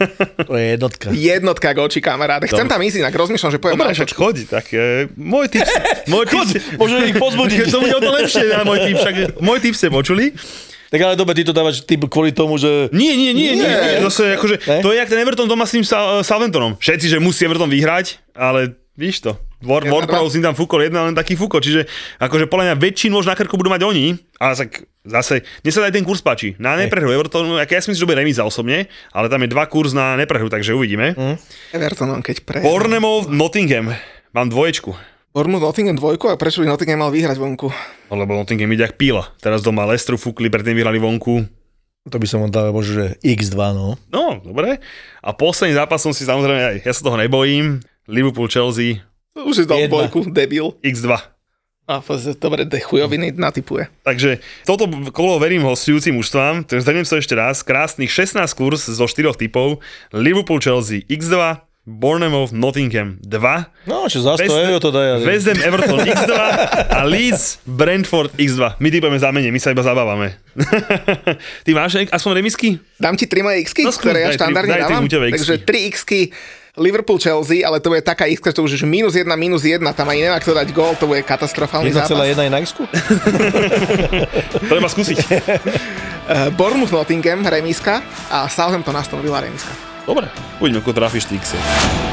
To je jednotka. Jednotka goči, kamaráde. Chcem tam ísť inak, rozmýšľam, že poviem Dobre, však chodí, tak e, môj tip... môj tip môžeme ich pozbudiť. To bude o to lepšie, na môj tip, však môj tip ste počuli. Tak ale dobre, ty to dávaš typ kvôli tomu, že... Nie, nie, nie, nie. nie. Zase, akože, to je jak ten Everton doma s tým Southamptonom. Všetci, že musí Everton vyhrať, ale víš to. Ward, Ward-Prowse si tam fúkol, jedna len taký fúkol, čiže akože podľa mňa väčšinu už na krku budú mať oni, ale tak zase, mne sa aj ten kurz páči. Na neprehru Evertonu, ja si myslím, že to bude remíza osobne, ale tam je dva kurz na neprehru, takže uvidíme. Mm. Evertonom, keď prehru. Bournemouth, Nottingham, mám dvoječku. Bournemouth, Nottingham dvojku a prečo by Nottingham mal vyhrať vonku? No, lebo Nottingham ide jak píla. Teraz doma Leicesteru fúkli, predtým vyhrali vonku. To by som dal možno, že iks dva, no. No, dobre. A posledný zápas som si samozrejme, aj ja sa toho nebojím, Liverpool, Chelsea, Už je dal Jedna. dvojku, debil. iks dva. A dobre, de chujoviny natypuje. Takže toto kolo verím hostujúcim mužstvám, takže zhrniem sa ešte raz, krásnych šestnásť kurz zo štyroch typov, Liverpool, Chelsea iks dva, Bournemouth, Nottingham dva, No, čo za sto West- eur to daj. West Ham, Everton iks dva a Leeds, Brentford iks dva. My typujeme za menej, my sa iba zabávame. Ty máš aspoň remisky? Dám ti tri moje X-ky, No, skús, ktoré ja daj tri- štandardne daj tri dávam. muťové X-ky. Takže tri X-ky Liverpool, Chelsea, ale to je taká X, že to už je minus jedna, minus jedna, tam ani nemá kto dať gól, to bude katastrofálny jedna celá zápas. jedna je na X-ku? Treba skúsiť. Uh, Bournemouth, Nottingham, remíska a Southampton, Aston Villa, remíska. Dobre, uvidíme, ako trafíš ty X.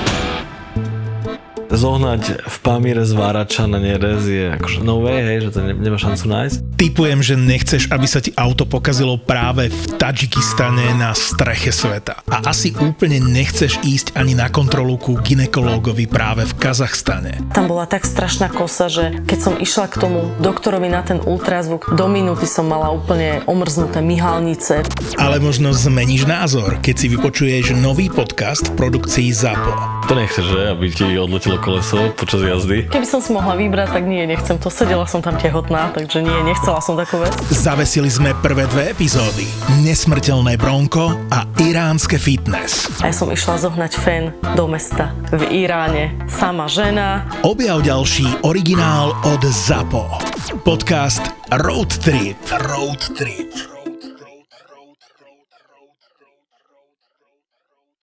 Zohnať v Pamíre z Várača na Nerez je akože no way, hej, že to ne, nemá šancu nájsť. Typujem, že nechceš, aby sa ti auto pokazilo práve v Tadžikistane na streche sveta. A asi úplne nechceš ísť ani na kontrolu ku gynekológovi práve v Kazachstane. Tam bola tak strašná kosa, že keď som išla k tomu doktorovi na ten ultrazvuk, do minúty som mala úplne omrznuté myhalnice. Ale možno zmeníš názor, keď si vypočuješ nový podcast v produkcii ZAPO. To nechceš, že? Aby ti odletelo koleso počas jazdy. Keby som si mohla vybrať, tak nie, nechcem to. Sedela som tam tehotná, takže nie, nechcela som takú vec. Zavesili sme prvé dve epizódy. Nesmrteľné bronko a iránske fitness. A ja som išla zohnať fen do mesta v Iráne. Sama žena. Objav ďalší originál od ZAPO. Podcast Road Trip. Road Trip.